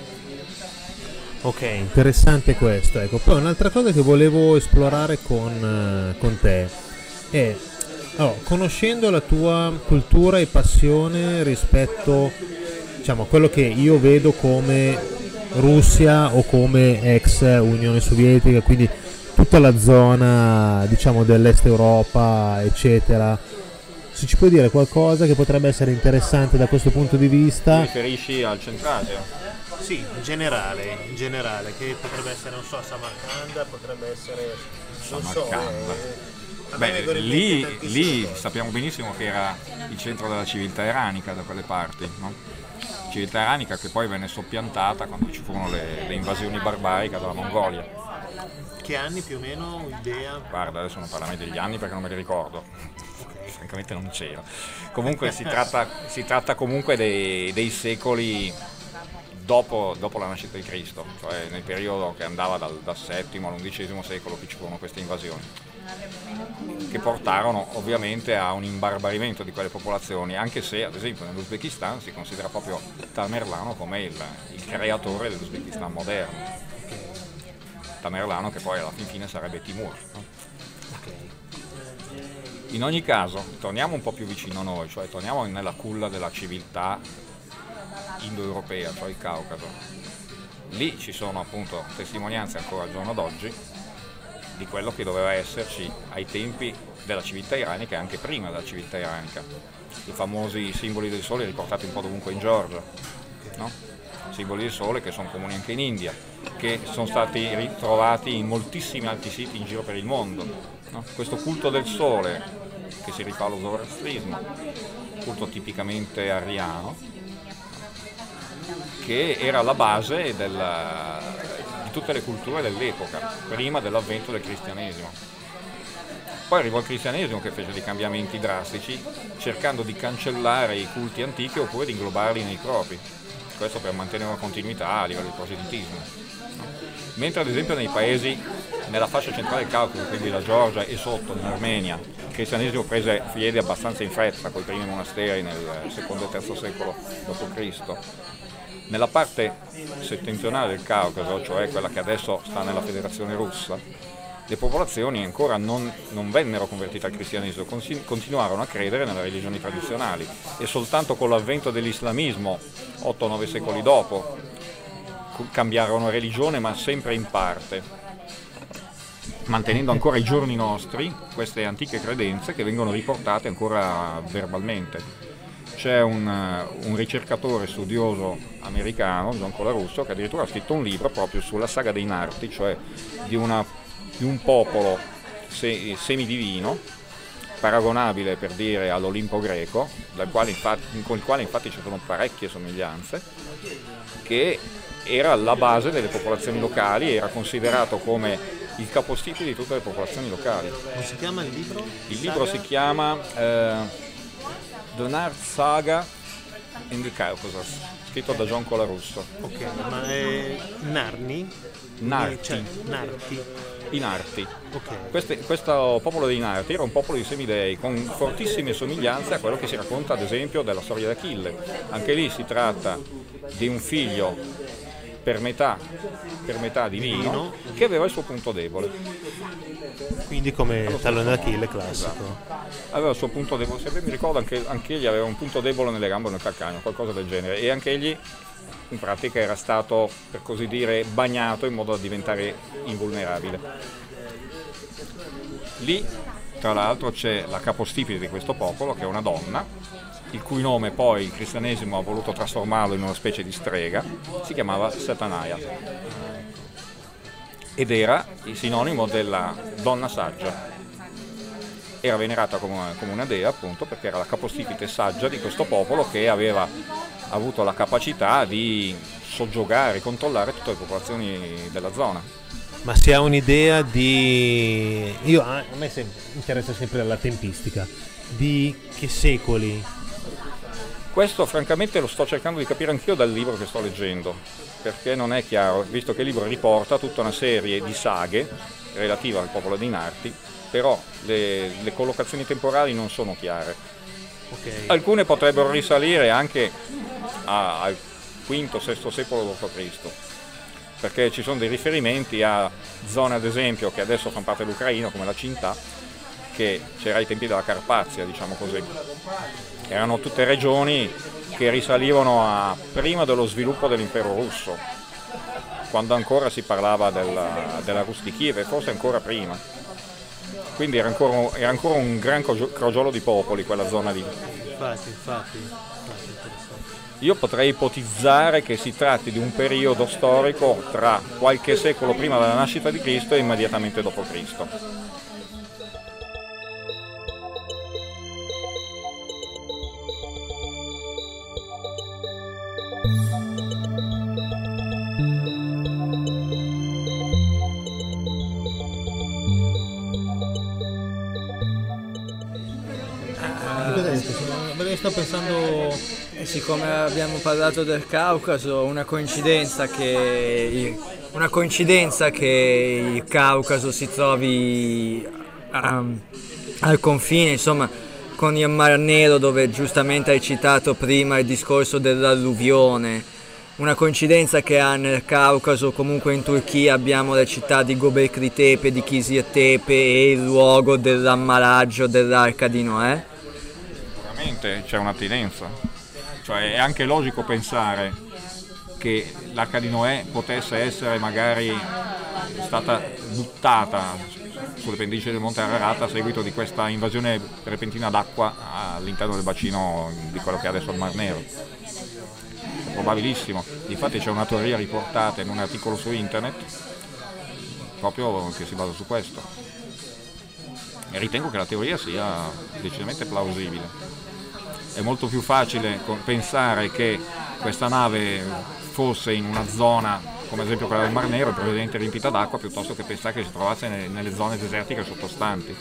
Ok, interessante questo. Ecco, poi un'altra cosa che volevo esplorare con, con te è, allora, conoscendo la tua cultura e passione rispetto, diciamo, a quello che io vedo come Russia o come ex Unione Sovietica, quindi tutta la zona, diciamo, dell'est Europa, eccetera, se ci puoi dire qualcosa che potrebbe essere interessante da questo punto di vista? Ti riferisci al Centrasia? Sì, in generale, in generale, che potrebbe essere, non so, Samarcanda, potrebbe essere, non so, Samarcanda. eh, Beh, lì, lì sappiamo benissimo che era il centro della civiltà iranica da quelle parti, no? Civiltà iranica che poi venne soppiantata quando ci furono le, le invasioni barbariche dalla Mongolia. Che anni più o meno, idea? Guarda, adesso non parlami degli anni perché non me li ricordo, francamente non c'era. Comunque si tratta, si tratta comunque dei, dei secoli dopo, dopo la nascita di Cristo, cioè nel periodo che andava dal, dal settimo all'undicesimo secolo che ci furono queste invasioni, che portarono ovviamente a un imbarbarimento di quelle popolazioni, anche se ad esempio nell'Uzbekistan si considera proprio Tamerlano come il, il creatore dell'Uzbekistan moderno. Tamerlano che poi alla fin fine sarebbe Timur, no? In ogni caso, torniamo un po' più vicino a noi, cioè torniamo nella culla della civiltà indoeuropea, cioè il Caucaso. Lì ci sono appunto testimonianze ancora al giorno d'oggi di quello che doveva esserci ai tempi della civiltà iranica e anche prima della civiltà iranica. I famosi simboli del sole riportati un po' dovunque in Georgia, no? Simboli del sole che sono comuni anche in India, che sono stati ritrovati in moltissimi altri siti in giro per il mondo, no? Questo culto del sole, che si rifà allo zoroastrismo, culto tipicamente ariano, che era la base della, di tutte le culture dell'epoca, prima dell'avvento del cristianesimo. Poi arrivò il cristianesimo che fece dei cambiamenti drastici, cercando di cancellare i culti antichi oppure di inglobarli nei propri, questo per mantenere una continuità a livello di proselitismo. Mentre ad esempio nei paesi nella fascia centrale del Caucaso, quindi la Georgia e sotto in Armenia, il cristianesimo prese piede abbastanza in fretta con i primi monasteri nel secondo e terzo secolo dopo Cristo. Nella parte settentrionale del Caucaso, cioè quella che adesso sta nella Federazione Russa, le popolazioni ancora non, non vennero convertite al cristianesimo, continuarono a credere nelle religioni tradizionali e soltanto con l'avvento dell'islamismo, otto nove secoli dopo, cambiarono religione, ma sempre in parte, mantenendo ancora ai giorni nostri queste antiche credenze che vengono riportate ancora verbalmente. C'è un, un ricercatore studioso americano, John Colarusso, che addirittura ha scritto un libro proprio sulla saga dei Narti, cioè di, una, di un popolo se, semidivino, paragonabile per dire all'Olimpo greco, dal quale infatti, con il quale infatti ci sono parecchie somiglianze, che era la base delle popolazioni locali e era considerato come il capostipite di tutte le popolazioni locali. Come si chiama il libro? Il libro si chiama eh, The Nart Saga in the Caucasus, scritto da John Colarusso. Ok, ma è Narni? Narti. Cioè, Narti. I Narti. Ok. Queste, questo popolo dei Narti era un popolo di semidei con fortissime somiglianze a quello che si racconta ad esempio della storia di Achille. Anche lì si tratta di un figlio per metà, per metà di vino, Vino. che aveva il suo punto debole. Quindi come tallone d'Achille classico. Esatto. Aveva il suo punto debole, sempre mi ricordo anche, anche egli aveva un punto debole nelle gambe o nel calcagno, qualcosa del genere, e anche egli in pratica era stato, per così dire, bagnato in modo da diventare invulnerabile. Lì, tra l'altro, c'è la capostipite di questo popolo, che è una donna, il cui nome poi il cristianesimo ha voluto trasformarlo in una specie di strega, si chiamava Satanaia ed era il sinonimo della donna saggia. Era venerata come una, come una dea, appunto, perché era la capostipite saggia di questo popolo che aveva avuto la capacità di soggiogare, controllare tutte le popolazioni della zona. Ma si ha un'idea di... Io, a me sem- interessa sempre la tempistica. Di che secoli? Questo francamente lo sto cercando di capire anch'io dal libro che sto leggendo, perché non è chiaro, visto che il libro riporta tutta una serie di saghe relative al popolo dei Narti, però le, le collocazioni temporali non sono chiare. Okay. Alcune potrebbero risalire anche a- al quinto sesto secolo dopo Cristo, perché ci sono dei riferimenti a zone, ad esempio, che adesso fanno parte dell'Ucraina, come la Cinta, che c'era ai tempi della Carpazia, diciamo così. Erano tutte regioni che risalivano a prima dello sviluppo dell'impero russo, quando ancora si parlava della, della Rus di Kiev, e forse ancora prima. Quindi era ancora, era ancora un gran crogiolo di popoli quella zona lì. Infatti, infatti, infatti interessante. Io potrei ipotizzare che si tratti di un periodo storico tra qualche secolo prima della nascita di Cristo e immediatamente dopo Cristo. Perché sto pensando... E siccome abbiamo parlato del Caucaso, una coincidenza che una coincidenza che il Caucaso si trovi um, al confine, insomma, con il Mar Nero, dove giustamente hai citato prima il discorso dell'alluvione. Una coincidenza che ha nel Caucaso, comunque in Turchia, abbiamo le città di Göbekli Tepe, di Kisir Tepe e il luogo dell'ammalaggio dell'Arca di Noè. Sicuramente c'è un'attinenza, cioè è anche logico pensare che l'Arca di Noè potesse essere magari stata buttata sulle pendici del Monte Ararat a seguito di questa invasione repentina d'acqua all'interno del bacino di quello che è adesso il Mar Nero. Probabilissimo, infatti c'è una teoria riportata in un articolo su internet proprio che si basa su questo, e ritengo che la teoria sia decisamente plausibile. È molto più facile pensare che questa nave fosse in una zona come ad esempio quella del Mar Nero, prevedente riempita d'acqua, piuttosto che pensare che si trovasse nelle zone desertiche sottostanti.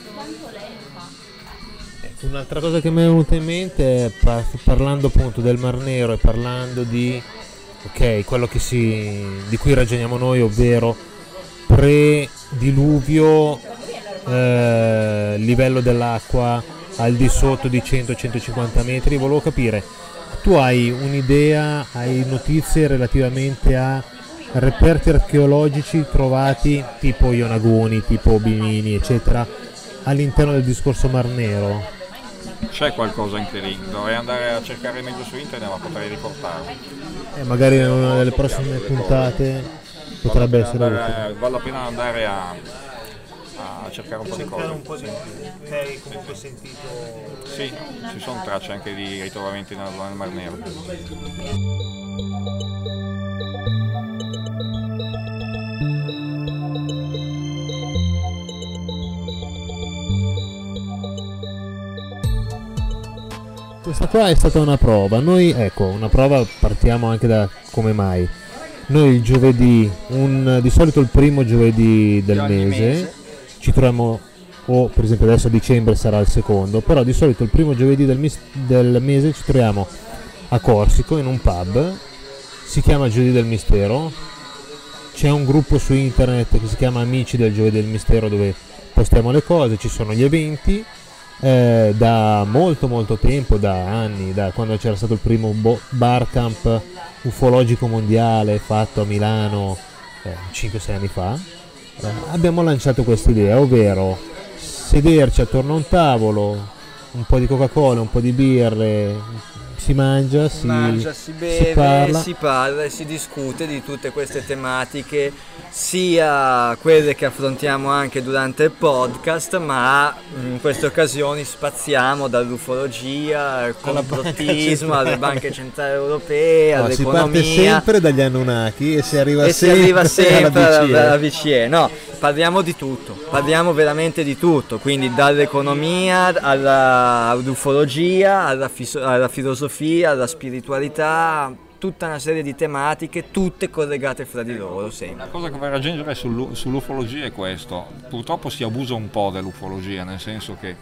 Un'altra cosa che mi è venuta in mente è par- parlando appunto del Mar Nero e parlando di ok, quello che si, di cui ragioniamo noi, ovvero pre-diluvio, eh, livello dell'acqua al di sotto di cento centocinquanta metri. Volevo capire, tu hai un'idea, hai notizie relativamente a reperti archeologici trovati tipo Ionagoni, tipo Bimini, eccetera, all'interno del discorso Mar Nero? C'è qualcosa anche lì, dovrei andare a cercare meglio su internet, ma potrei riportarlo. Eh, magari in una delle prossime puntate potrebbe essere andare, utile. vale la pena andare a, a cercare un po' di cose. Un po' di sì. hai comunque sentito. Sì, ci sono tracce anche di ritrovamenti nella zona del Mar Nero. Questa qua è stata una prova. Noi, ecco, una prova, partiamo anche da come mai. Noi il giovedì, un, di solito il primo giovedì del Ogni mese, mese, ci troviamo, o per esempio adesso a dicembre sarà il secondo, però di solito il primo giovedì del, mis- del mese ci troviamo a Corsico in un pub, si chiama Giovedì del Mistero, c'è un gruppo su internet che si chiama Amici del Giovedì del Mistero dove postiamo le cose, ci sono gli eventi eh, da molto molto tempo, da anni, da quando c'era stato il primo bo- barcamp ufologico mondiale fatto a Milano eh, cinque sei anni fa, eh, abbiamo lanciato questa idea, ovvero sederci attorno a un tavolo, un po' di Coca-Cola, un po' di birre, si mangia, si, mangia, si beve, si parla. si parla e si discute di tutte queste tematiche, sia quelle che affrontiamo anche durante il podcast, ma in queste occasioni spaziamo dall'ufologia al complottismo, alle banche centrali europee, No, si parte all'economia. sempre dagli Anunnaki e si arriva E si sempre, arriva sempre alla alla, B C E. alla B C E. No, parliamo di tutto, parliamo veramente di tutto, quindi dall'economia alla, all'ufologia, alla, fis- alla filosofia, alla spiritualità, tutta una serie di tematiche, tutte collegate fra di loro sempre. La cosa che vorrei aggiungere sull'u- sull'ufologia è questo: purtroppo si abusa un po' dell'ufologia, nel senso che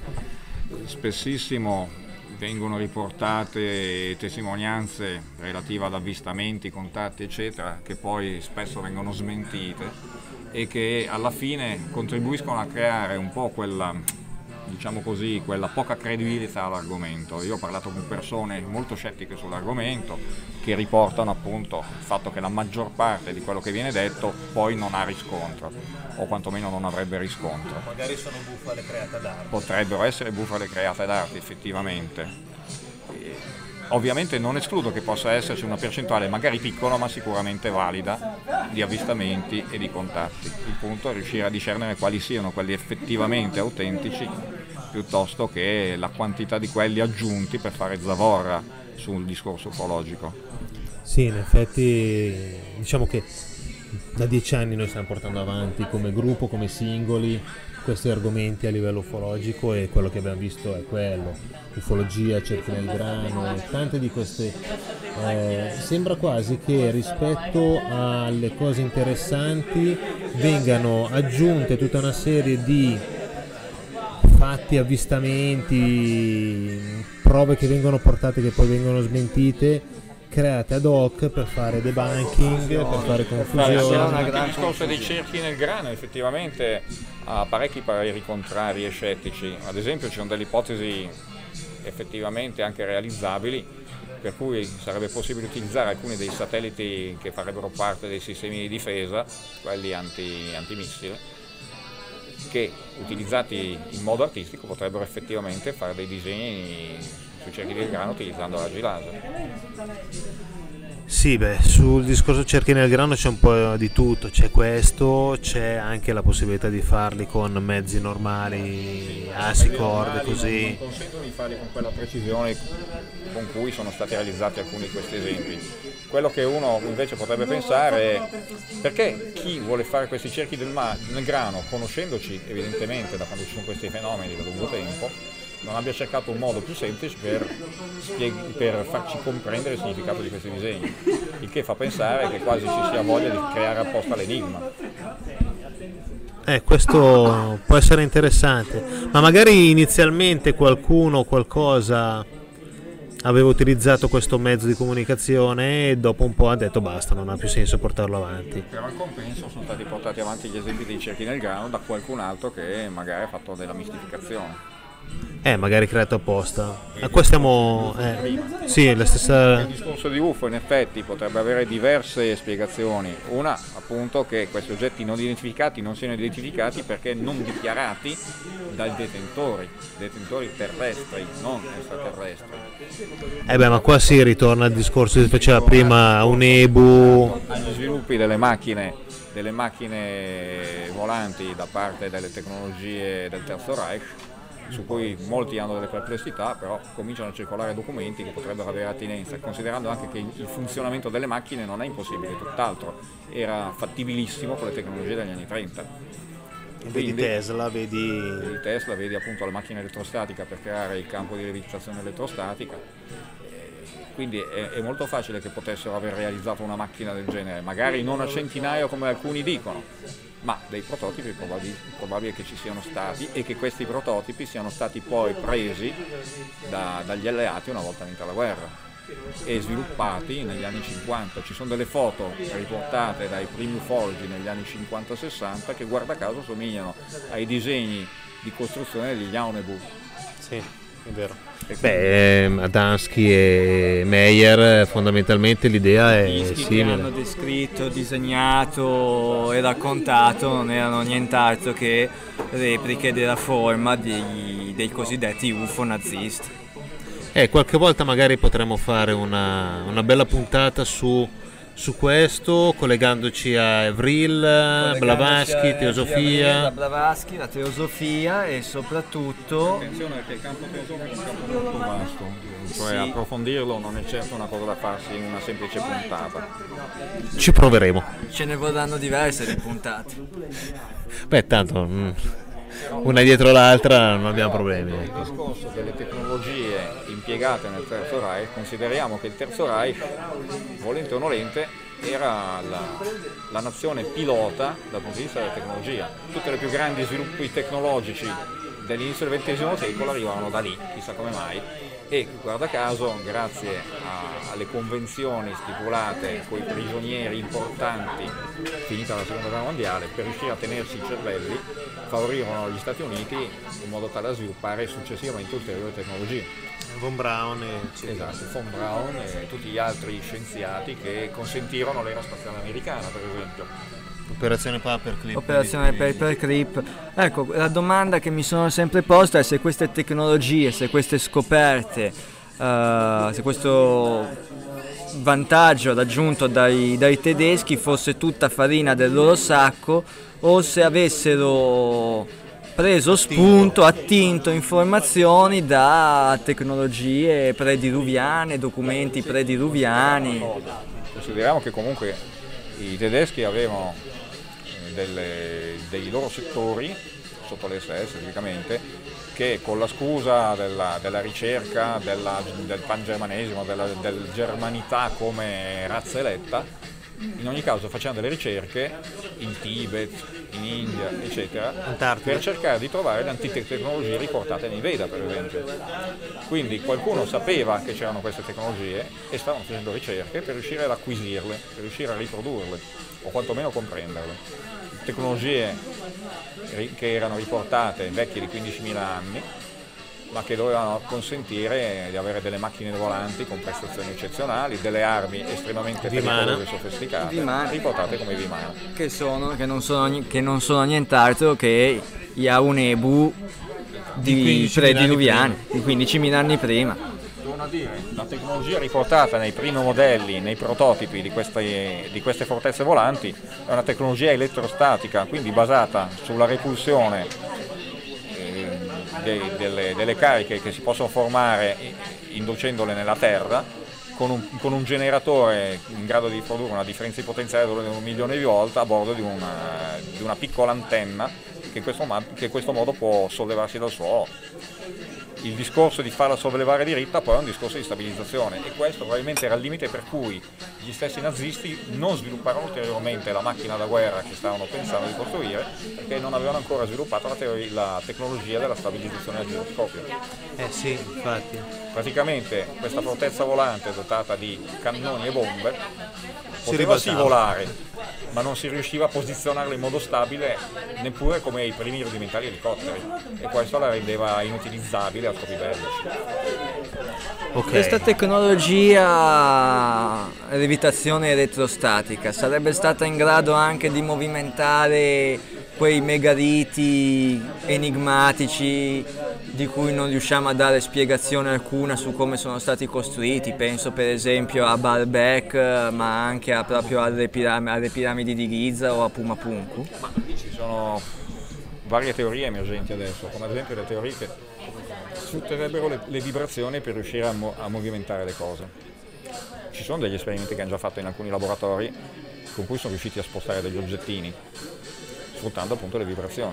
spessissimo vengono riportate testimonianze relative ad avvistamenti, contatti eccetera, che poi spesso vengono smentite e che alla fine contribuiscono a creare un po' quella, diciamo così, quella poca credibilità all'argomento. Io ho parlato con persone molto scettiche sull'argomento che riportano appunto il fatto che la maggior parte di quello che viene detto poi non ha riscontro, o quantomeno non avrebbe riscontro. Magari sono bufale create ad arte. Potrebbero essere bufale create ad arte effettivamente. E ovviamente non escludo che possa esserci una percentuale magari piccola ma sicuramente valida di avvistamenti e di contatti. Il punto è riuscire a discernere quali siano quelli effettivamente autentici piuttosto che la quantità di quelli aggiunti per fare zavorra sul discorso ufologico. Sì, in effetti diciamo che da dieci anni noi stiamo portando avanti come gruppo, come singoli, questi argomenti a livello ufologico, e quello che abbiamo visto è quello: ufologia, cerchi nel grano, e tante di queste eh, sembra quasi che rispetto alle cose interessanti vengano aggiunte tutta una serie di fatti, avvistamenti, prove che vengono portate che poi vengono smentite, create ad hoc per fare debunking, per fare confusione. Anche il discorso dei cerchi nel grano effettivamente ha parecchi pareri contrari e scettici. Ad esempio ci sono delle ipotesi effettivamente anche realizzabili, per cui sarebbe possibile utilizzare alcuni dei satelliti che farebbero parte dei sistemi di difesa, quelli anti, antimissile, che utilizzati in modo artistico potrebbero effettivamente fare dei disegni sui cerchi del grano utilizzando raggi laser. Sì, beh, sul discorso cerchi nel grano c'è un po' di tutto, c'è questo, c'è anche la possibilità di farli con mezzi normali, assi, corde, così. Non consentono di farli con quella precisione con cui sono stati realizzati alcuni di questi esempi. Quello che uno invece potrebbe pensare è: perché chi vuole fare questi cerchi del ma- nel grano, conoscendoci evidentemente da quando ci sono questi fenomeni da lungo tempo, non abbia cercato un modo più semplice per, spieg- per farci comprendere il significato di questi disegni, il che fa pensare che quasi ci sia voglia di creare apposta l'enigma. Eh, questo può essere interessante, ma magari inizialmente qualcuno, qualcosa aveva utilizzato questo mezzo di comunicazione e dopo un po' ha detto basta, non ha più senso portarlo avanti. Per al compenso sono stati portati avanti gli esempi dei cerchi nel grano da qualcun altro che magari ha fatto della mistificazione. Eh, magari creato apposta. A qua stiamo... Eh, sì, la stessa... Il discorso di U F O in effetti potrebbe avere diverse spiegazioni. Una, appunto, che questi oggetti non identificati non siano identificati perché non dichiarati dai detentori, detentori terrestri, non extraterrestri. Eh beh, ma qua si ritorna al discorso che si faceva prima, un E B U... Agli sviluppi delle macchine, delle macchine volanti da parte delle tecnologie del Terzo Reich, su cui molti hanno delle perplessità, però cominciano a circolare documenti che potrebbero avere attinenza, considerando anche che il funzionamento delle macchine non è impossibile, tutt'altro, era fattibilissimo con le tecnologie degli anni trenta. Vedi Quindi, Tesla, vedi... vedi Tesla, vedi appunto la macchina elettrostatica per creare il campo di levitazione elettrostatica. Quindi è, è molto facile che potessero aver realizzato una macchina del genere, magari non a centinaio come alcuni dicono, ma dei prototipi probabili, probabile che ci siano stati e che questi prototipi siano stati poi presi da, dagli alleati una volta vinta la guerra e sviluppati negli anni cinquanta. Ci sono delle foto riportate dai primi ufologi negli anni cinquanta sessanta che guarda caso somigliano ai disegni di costruzione degli Yaonebu, Sì, è vero. Beh, ehm, Adamski e Meyer fondamentalmente l'idea è Dischi che simile. hanno descritto, disegnato e raccontato non erano nient'altro che repliche della forma dei, dei cosiddetti U F O nazisti. Eh, qualche volta magari potremmo fare una, una bella puntata su, su questo, collegandoci a Avril, Blavatsky, teosofia. La Blavatsky, la teosofia e soprattutto Attenzione che il campo teosofico è un campo molto vasto, cioè Sì. approfondirlo non è certo una cosa da farsi in una semplice puntata. Ci proveremo. ce ne vorranno diverse di puntate. Beh, tanto mm, una dietro l'altra non abbiamo problemi. Il discorso delle tecnologie impiegate nel Terzo Reich, consideriamo che il Terzo Reich, volente o nolente, era la, la nazione pilota dal punto di vista della tecnologia. Tutti i più grandi sviluppi tecnologici dell'inizio del ventesimo secolo arrivavano da lì, chissà come mai, e guarda caso, grazie a, alle convenzioni stipulate con i prigionieri importanti finita la seconda guerra mondiale, per riuscire a tenersi i cervelli, favorirono gli Stati Uniti in modo tale da sviluppare successivamente ulteriori tecnologie. Von Braun e Esatto, von Braun e tutti gli altri scienziati che consentirono l'era spaziale americana, per esempio. Operazione Paperclip. Operazione Paperclip. Ecco, la domanda che mi sono sempre posta è se queste tecnologie, se queste scoperte, uh, se questo vantaggio raggiunto dai, dai tedeschi fosse tutta farina del loro sacco o se avessero preso spunto, attinto informazioni da tecnologie prediluviane, documenti prediluviani. Consideriamo che comunque i tedeschi avevano delle, dei loro settori, sotto l'S S tipicamente, che con la scusa della, della ricerca della, del pangermanesimo, della del germanità come razza eletta, in ogni caso facevano delle ricerche in Tibet, in India, eccetera, Antartide. per cercare di trovare le antiche tecnologie riportate nei Veda, per esempio. Quindi qualcuno sapeva che c'erano queste tecnologie e stavano facendo ricerche per riuscire ad acquisirle, per riuscire a riprodurle, o quantomeno comprenderle. Tecnologie che erano riportate vecchie di quindicimila anni, ma che dovevano consentire di avere delle macchine volanti con prestazioni eccezionali, delle armi estremamente Vimana. pericolose e sofisticate, Vimana. riportate come Vimana. Che, sono, che, non sono, che non sono nient'altro che gli Aunebu di quindicimila prediluviani, anni di quindicimila anni prima. Torno a dire, la tecnologia riportata nei primi modelli, nei prototipi di queste, di queste fortezze volanti è una tecnologia elettrostatica, quindi basata sulla repulsione eh, de, delle, delle cariche che si possono formare inducendole nella Terra, con un, con un generatore in grado di produrre una differenza di potenziale di un milione di volt a bordo di una, di una piccola antenna che in questo, che in questo modo può sollevarsi dal suolo. Il discorso di farla sollevare diritta poi è un discorso di stabilizzazione e questo probabilmente era il limite per cui gli stessi nazisti non svilupparono ulteriormente la macchina da guerra che stavano pensando di costruire perché non avevano ancora sviluppato la, teoria, la tecnologia della stabilizzazione a giroscopio. Eh sì, infatti. Praticamente questa fortezza volante dotata di cannoni e bombe Si poteva sì ribaltava. volare, ma non si riusciva a posizionarla in modo stabile neppure come i primi rudimentali elicotteri e questo la rendeva inutilizzabile a scopi bellici. Ok. Questa tecnologia levitazione elettrostatica sarebbe stata in grado anche di movimentare quei megaliti enigmatici di cui non riusciamo a dare spiegazione alcuna su come sono stati costruiti, penso per esempio a Baalbek ma anche a, proprio alle, piram- alle piramidi di Giza o a Pumapunku. Ci sono varie teorie emergenti adesso, come ad esempio le teorie che sfrutterebbero le, le vibrazioni per riuscire a, mo- a movimentare le cose. Ci sono degli esperimenti che hanno già fatto in alcuni laboratori con cui sono riusciti a spostare degli oggettini sfruttando appunto le vibrazioni.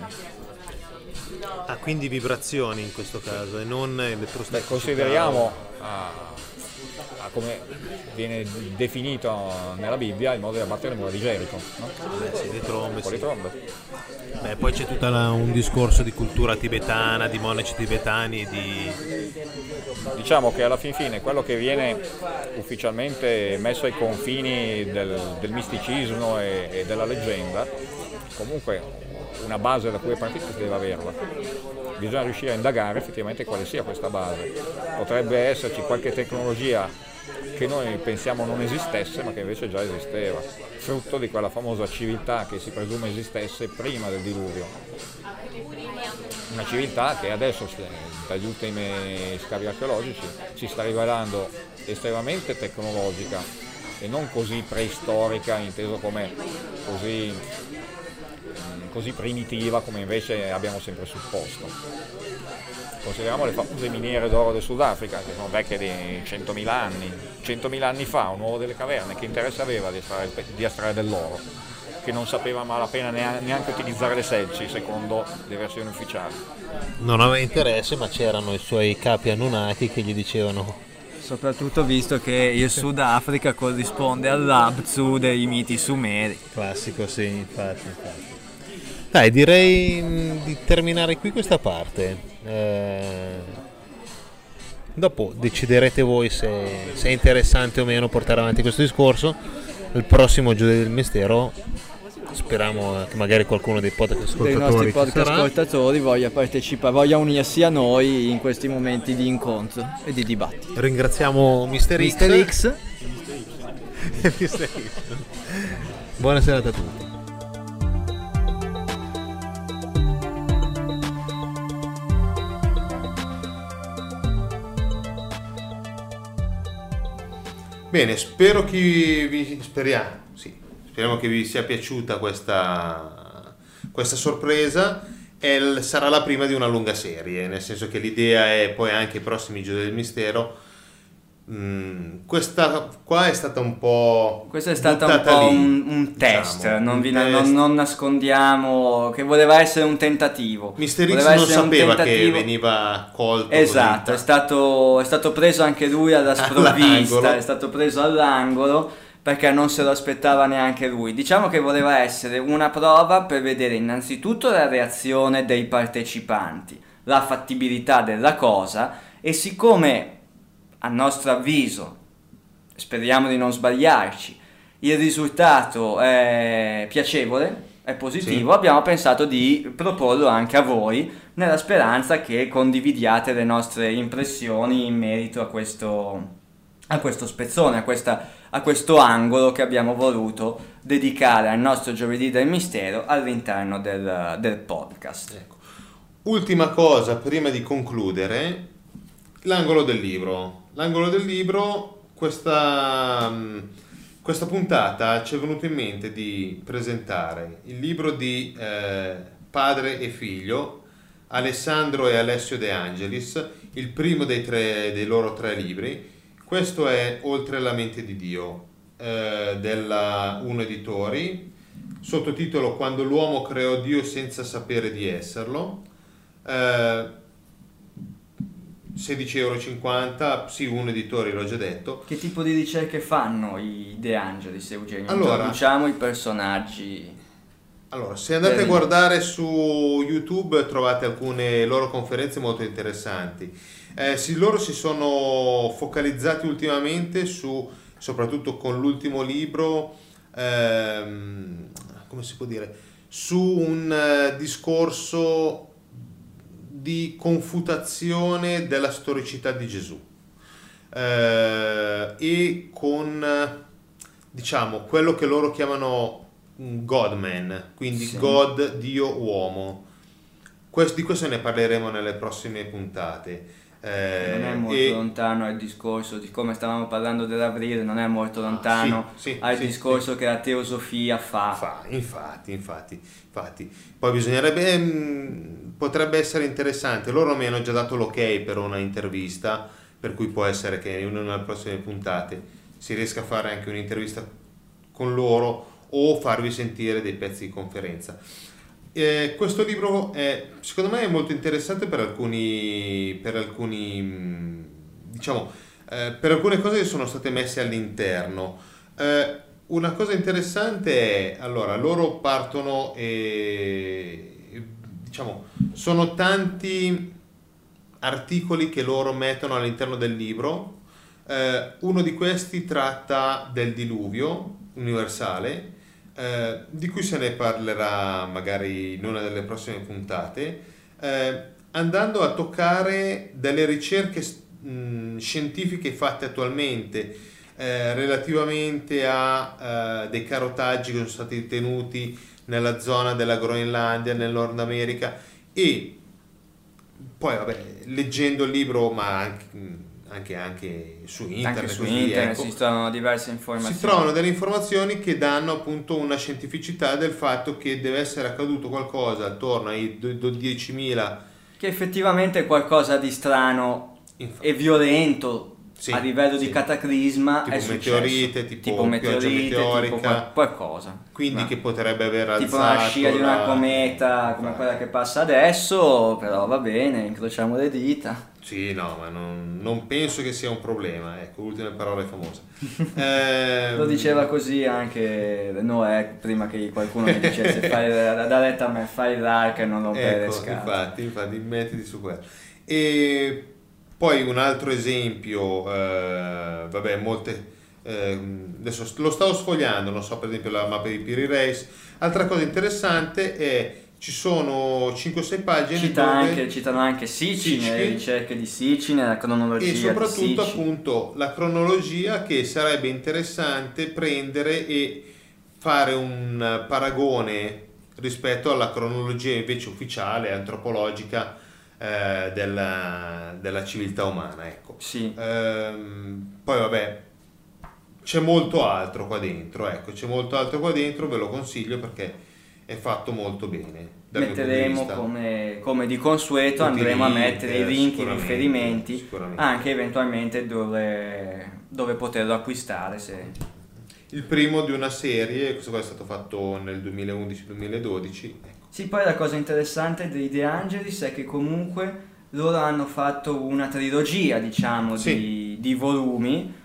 Ah, quindi vibrazioni in questo caso e non elettrostatica. Beh, consideriamo ah, ah, come viene definito nella Bibbia il modo di abbattere le mura di Gerico, no? Eh, sì, le trombe, Con le sì. trombe. Beh, poi c'è tutto un discorso di cultura tibetana, di monaci tibetani e di... Diciamo che alla fin fine quello che viene ufficialmente messo ai confini del, del misticismo e, e della leggenda comunque una base da cui partire si deve averla. Bisogna riuscire a indagare effettivamente quale sia questa base. Potrebbe esserci qualche tecnologia che noi pensiamo non esistesse, ma che invece già esisteva, frutto di quella famosa civiltà che si presume esistesse prima del diluvio. Una civiltà che adesso, dagli ultimi scavi archeologici, si sta rivelando estremamente tecnologica e non così preistorica, inteso come così, così primitiva come invece abbiamo sempre supposto. Consideriamo le famose miniere d'oro del Sudafrica, che sono vecchie di centomila anni. centomila anni fa un uomo delle caverne che interesse aveva di estrarre, di estrarre dell'oro, che non sapeva malapena neanche utilizzare le selci, secondo le versioni ufficiali. Non aveva interesse, ma c'erano i suoi capi Anunnaki che gli dicevano... Soprattutto visto che il Sudafrica corrisponde all'Abzu dei miti sumeri. Classico, sì, infatti, infatti. Dai, direi mh, di terminare qui questa parte. Eh, dopo deciderete voi se, se è interessante o meno portare avanti questo discorso. Il prossimo Giovedì del Mistero speriamo che magari qualcuno dei podcast ascoltatori, dei nostri podcast ascoltatori voglia partecipare, voglia unirsi a noi in questi momenti di incontro e di dibattito. Ringraziamo Mister X, Mister X. Mister X. Buona serata a tutti. Bene, spero che vi speriamo, sì, speriamo che vi sia piaciuta questa, questa sorpresa. E sarà la prima di una lunga serie, nel senso che l'idea è poi anche i prossimi Giovedì del Mistero. Mm, questa qua è stata un po' questo è stato un po' lì, un, un test, diciamo, non, un vi, test. Non, non nascondiamo che voleva essere un tentativo. Mister X voleva non essere un sapeva tentativo. che veniva colto Esatto, è stato, è stato preso anche lui alla sprovvista, all'angolo. È stato preso all'angolo perché non se lo aspettava neanche lui. Diciamo che voleva essere una prova per vedere innanzitutto la reazione dei partecipanti, la fattibilità della cosa, e siccome a nostro avviso, speriamo di non sbagliarci, il risultato è piacevole, è positivo, sì. Abbiamo pensato di proporlo anche a voi, nella speranza che condividiate le nostre impressioni in merito a questo, a questo spezzone, a, questa, a questo angolo che abbiamo voluto dedicare al nostro Giovedì del Mistero all'interno del, del podcast. Ecco. Ultima cosa prima di concludere, l'angolo del libro. L'angolo del libro, questa, questa puntata ci è venuto in mente di presentare il libro di eh, padre e figlio, Alessandro e Alessio De Angelis, il primo dei, tre, dei loro tre libri. Questo è Oltre la mente di Dio, eh, della Uno Editori, sottotitolo Quando l'uomo creò Dio senza sapere di esserlo. Eh, sedici euro e cinquanta, sì, Uno Editori, l'ho già detto. Che tipo di ricerche fanno i De Angelis, Eugenio? Allora, introduciamo i personaggi. Allora, se andate a guardare su YouTube trovate alcune loro conferenze molto interessanti. Eh, sì, loro si sono focalizzati ultimamente su, soprattutto con l'ultimo libro, ehm, come si può dire, su un eh, discorso di confutazione della storicità di Gesù eh, e con, diciamo, quello che loro chiamano God-man, quindi sì. God, Dio, uomo. Questo, di questo ne parleremo nelle prossime puntate. Eh, non è molto e... lontano il discorso di come stavamo parlando dell'aprile, non è molto lontano ah, sì, sì, al sì, discorso sì. che la teosofia fa. fa infatti, infatti, infatti. Poi bisognerebbe mh, potrebbe essere interessante. Loro mi hanno già dato l'ok per una intervista, per cui può essere che in una delle prossime puntate si riesca a fare anche un'intervista con loro o farvi sentire dei pezzi di conferenza. Eh, questo libro è, secondo me, è molto interessante per alcuni, per alcuni, diciamo, eh, per alcune cose che sono state messe all'interno. Eh, una cosa interessante è, allora, loro partono e, diciamo, sono tanti articoli che loro mettono all'interno del libro. Eh, uno di questi tratta del diluvio universale. eh, di cui se ne parlerà magari in una delle prossime puntate, eh, andando a toccare delle ricerche mh, scientifiche fatte attualmente eh, relativamente a eh, dei carotaggi che sono stati tenuti nella zona della Groenlandia, nel Nord America, e poi vabbè, leggendo il libro, ma anche, anche, anche su internet, Anche su così, internet ecco, si trovano diverse informazioni. si trovano delle informazioni che danno appunto una scientificità del fatto che deve essere accaduto qualcosa attorno ai diecimila. Che effettivamente è qualcosa di strano Inf- e violento Sì, a livello sì. di cataclisma, Tipo è successo. meteorite, tipo tipo pioggia meteorite, meteorica. tipo qual- qualcosa. Quindi Ma- che potrebbe aver alzato tipo una scia di una la- cometa come quella che passa adesso, però va bene, incrociamo le dita. Sì, no, ma non, non penso che sia un problema, ecco, ultime parole famose. Ehm, Lo diceva così anche Noè prima che qualcuno gli dicesse fai da da retta a me, fai l'arca e non rompere le Ecco, scatole. infatti, infatti, mettiti su quello. E poi un altro esempio, eh, vabbè, molte, ehm, adesso lo stavo sfogliando, non so, per esempio la mappa di Piri Reis. Altra cosa interessante è, ci sono cinque sei pagine Cita dove, anche- citano anche Sicine, Sicine. le ricerche di Sicine, la cronologia e di soprattutto Sicine. appunto la cronologia, che sarebbe interessante prendere e fare un paragone rispetto alla cronologia invece ufficiale, antropologica, eh, della, della civiltà umana, ecco. Sì. Ehm, poi vabbè, c'è molto altro qua dentro, ecco, c'è molto altro qua dentro, ve lo consiglio perché è fatto molto bene. dal mio punto di Metteremo vista. come, come di consueto, Tutti i andremo a link, mettere i link, i sicuramente, riferimenti, sicuramente. anche eventualmente dove, dove poterlo acquistare. Se... Il primo di una serie, questo qua è stato fatto nel duemilaundici duemiladodici, ecco. Sì, poi la cosa interessante dei De Angelis è che comunque loro hanno fatto una trilogia, diciamo, Sì. di, di volumi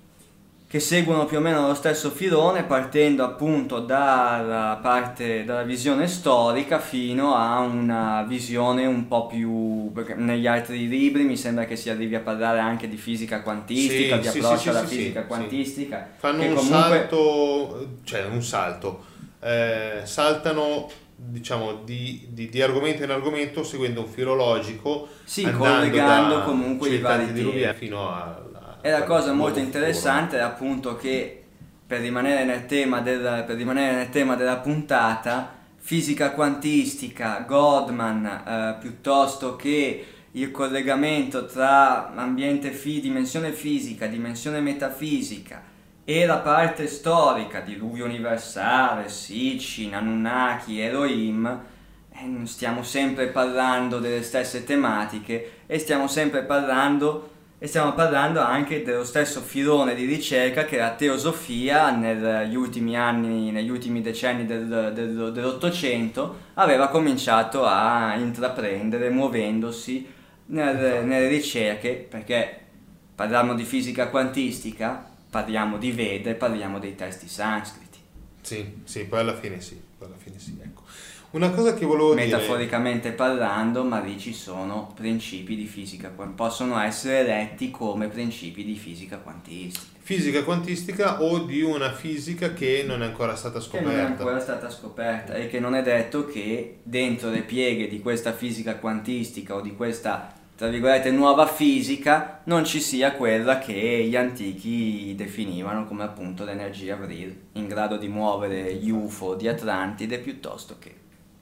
che seguono più o meno lo stesso filone, partendo appunto dalla parte dalla visione storica fino a una visione un po' più, perché negli altri libri mi sembra che si arrivi a parlare anche di fisica quantistica, Sì, di sì, approccio sì, alla sì, fisica sì, quantistica, Fanno che un comunque salto, cioè un salto, eh, saltano diciamo di, di, di argomento in argomento seguendo un filo logico, sì, andando collegando da comunque i Civiltà vari di temi. Rubiera fino a E la cosa al molto nuovo interessante è appunto che per rimanere nel tema del, per rimanere nel tema della puntata, fisica quantistica, Goldman, eh, piuttosto che il collegamento tra ambiente fi, dimensione fisica, dimensione metafisica e la parte storica, diluvio universale, Sitchin, Anunnaki, Elohim, eh, stiamo sempre parlando delle stesse tematiche e stiamo sempre parlando E stiamo parlando anche dello stesso filone di ricerca che la teosofia negli ultimi anni, negli ultimi decenni del, del, dell'Ottocento aveva cominciato a intraprendere, muovendosi nel, nelle ricerche, perché parliamo di fisica quantistica, parliamo di Veda e parliamo dei testi sanscriti. Sì, sì, poi alla fine sì, poi alla fine sì, ecco. Una cosa che volevo dire, Metaforicamente parlando, ma lì ci sono principi di fisica, possono essere letti come principi di fisica quantistica. fisica quantistica o di una fisica che non è ancora stata Che non è scoperta. ancora stata scoperta e che non è detto che dentro le pieghe di questa fisica quantistica o di questa, tra virgolette, nuova fisica non ci sia quella che gli antichi definivano come appunto l'energia vril, in grado di muovere gli U F O di Atlantide piuttosto che...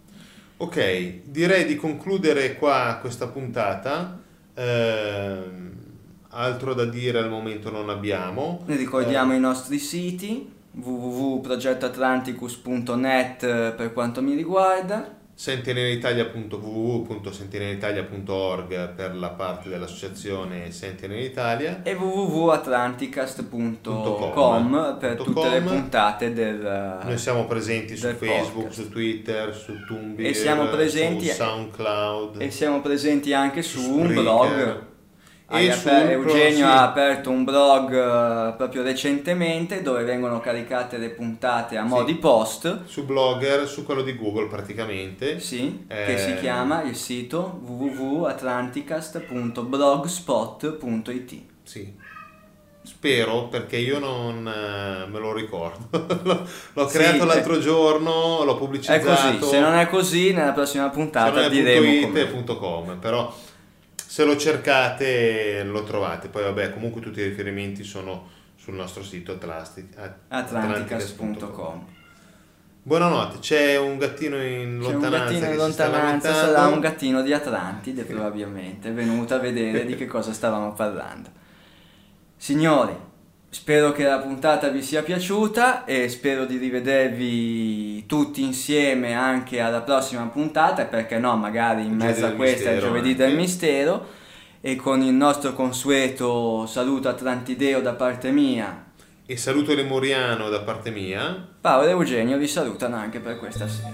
Ok, direi di concludere qua questa puntata. Ehm, altro da dire al momento non abbiamo. Ne ricordiamo Eh, i nostri siti w w w punto progetto atlanticus punto net per quanto mi riguarda, Sentinelitalia punto w w w punto sentinelitalia punto org per la parte dell'associazione Sentinel Italia. e w w w punto atlanticast punto com .com, per punto tutte le com. puntate del... Noi siamo presenti su del Facebook, podcast. su Twitter, su Tumblr, E siamo presenti- su SoundCloud. E siamo presenti anche su un Spreaker. blog. Hai E aper- sul Eugenio pro- ha sì. aperto un blog eh, proprio recentemente dove vengono caricate le puntate a mo' Sì. di post, Su Blogger, su quello di Google praticamente. sì, Eh, che si chiama il sito w w w punto atlanticast punto blogspot punto i t. Sì. spero, perché io non eh, me lo ricordo. l'ho, l'ho creato Sì, l'altro è- giorno, l'ho È pubblicizzato. così, se non è così nella prossima Se non puntata è diremo .it com'è. è punto .com, però se lo cercate lo trovate. Poi vabbè, comunque tutti i riferimenti sono sul nostro sito atlantic, atlanticas punto com. Buonanotte, c'è un gattino in C'è un lontananza gattino in che si sta lontananza, lamentando. sarà un gattino di Atlantide probabilmente, è venuto a vedere di che cosa stavamo parlando. Signori, spero che la puntata vi sia piaciuta e spero di rivedervi tutti insieme anche alla prossima puntata, e perché no, magari in Giovedì mezzo a del questa è il mistero giovedì del anche. mistero, e con il nostro consueto saluto atlantideo da parte mia. E saluto Lemuriano da parte mia. Paolo e Eugenio vi salutano anche per questa sera.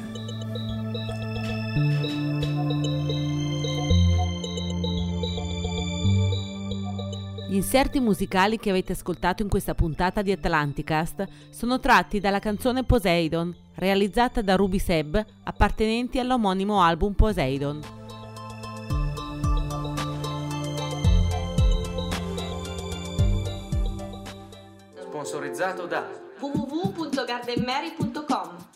Gli inserti musicali che avete ascoltato in questa puntata di Atlanticast sono tratti dalla canzone Poseidon, realizzata da Ruby Seb, appartenenti all'omonimo album Poseidon. Sponsorizzato da w w w punto gardenmary punto com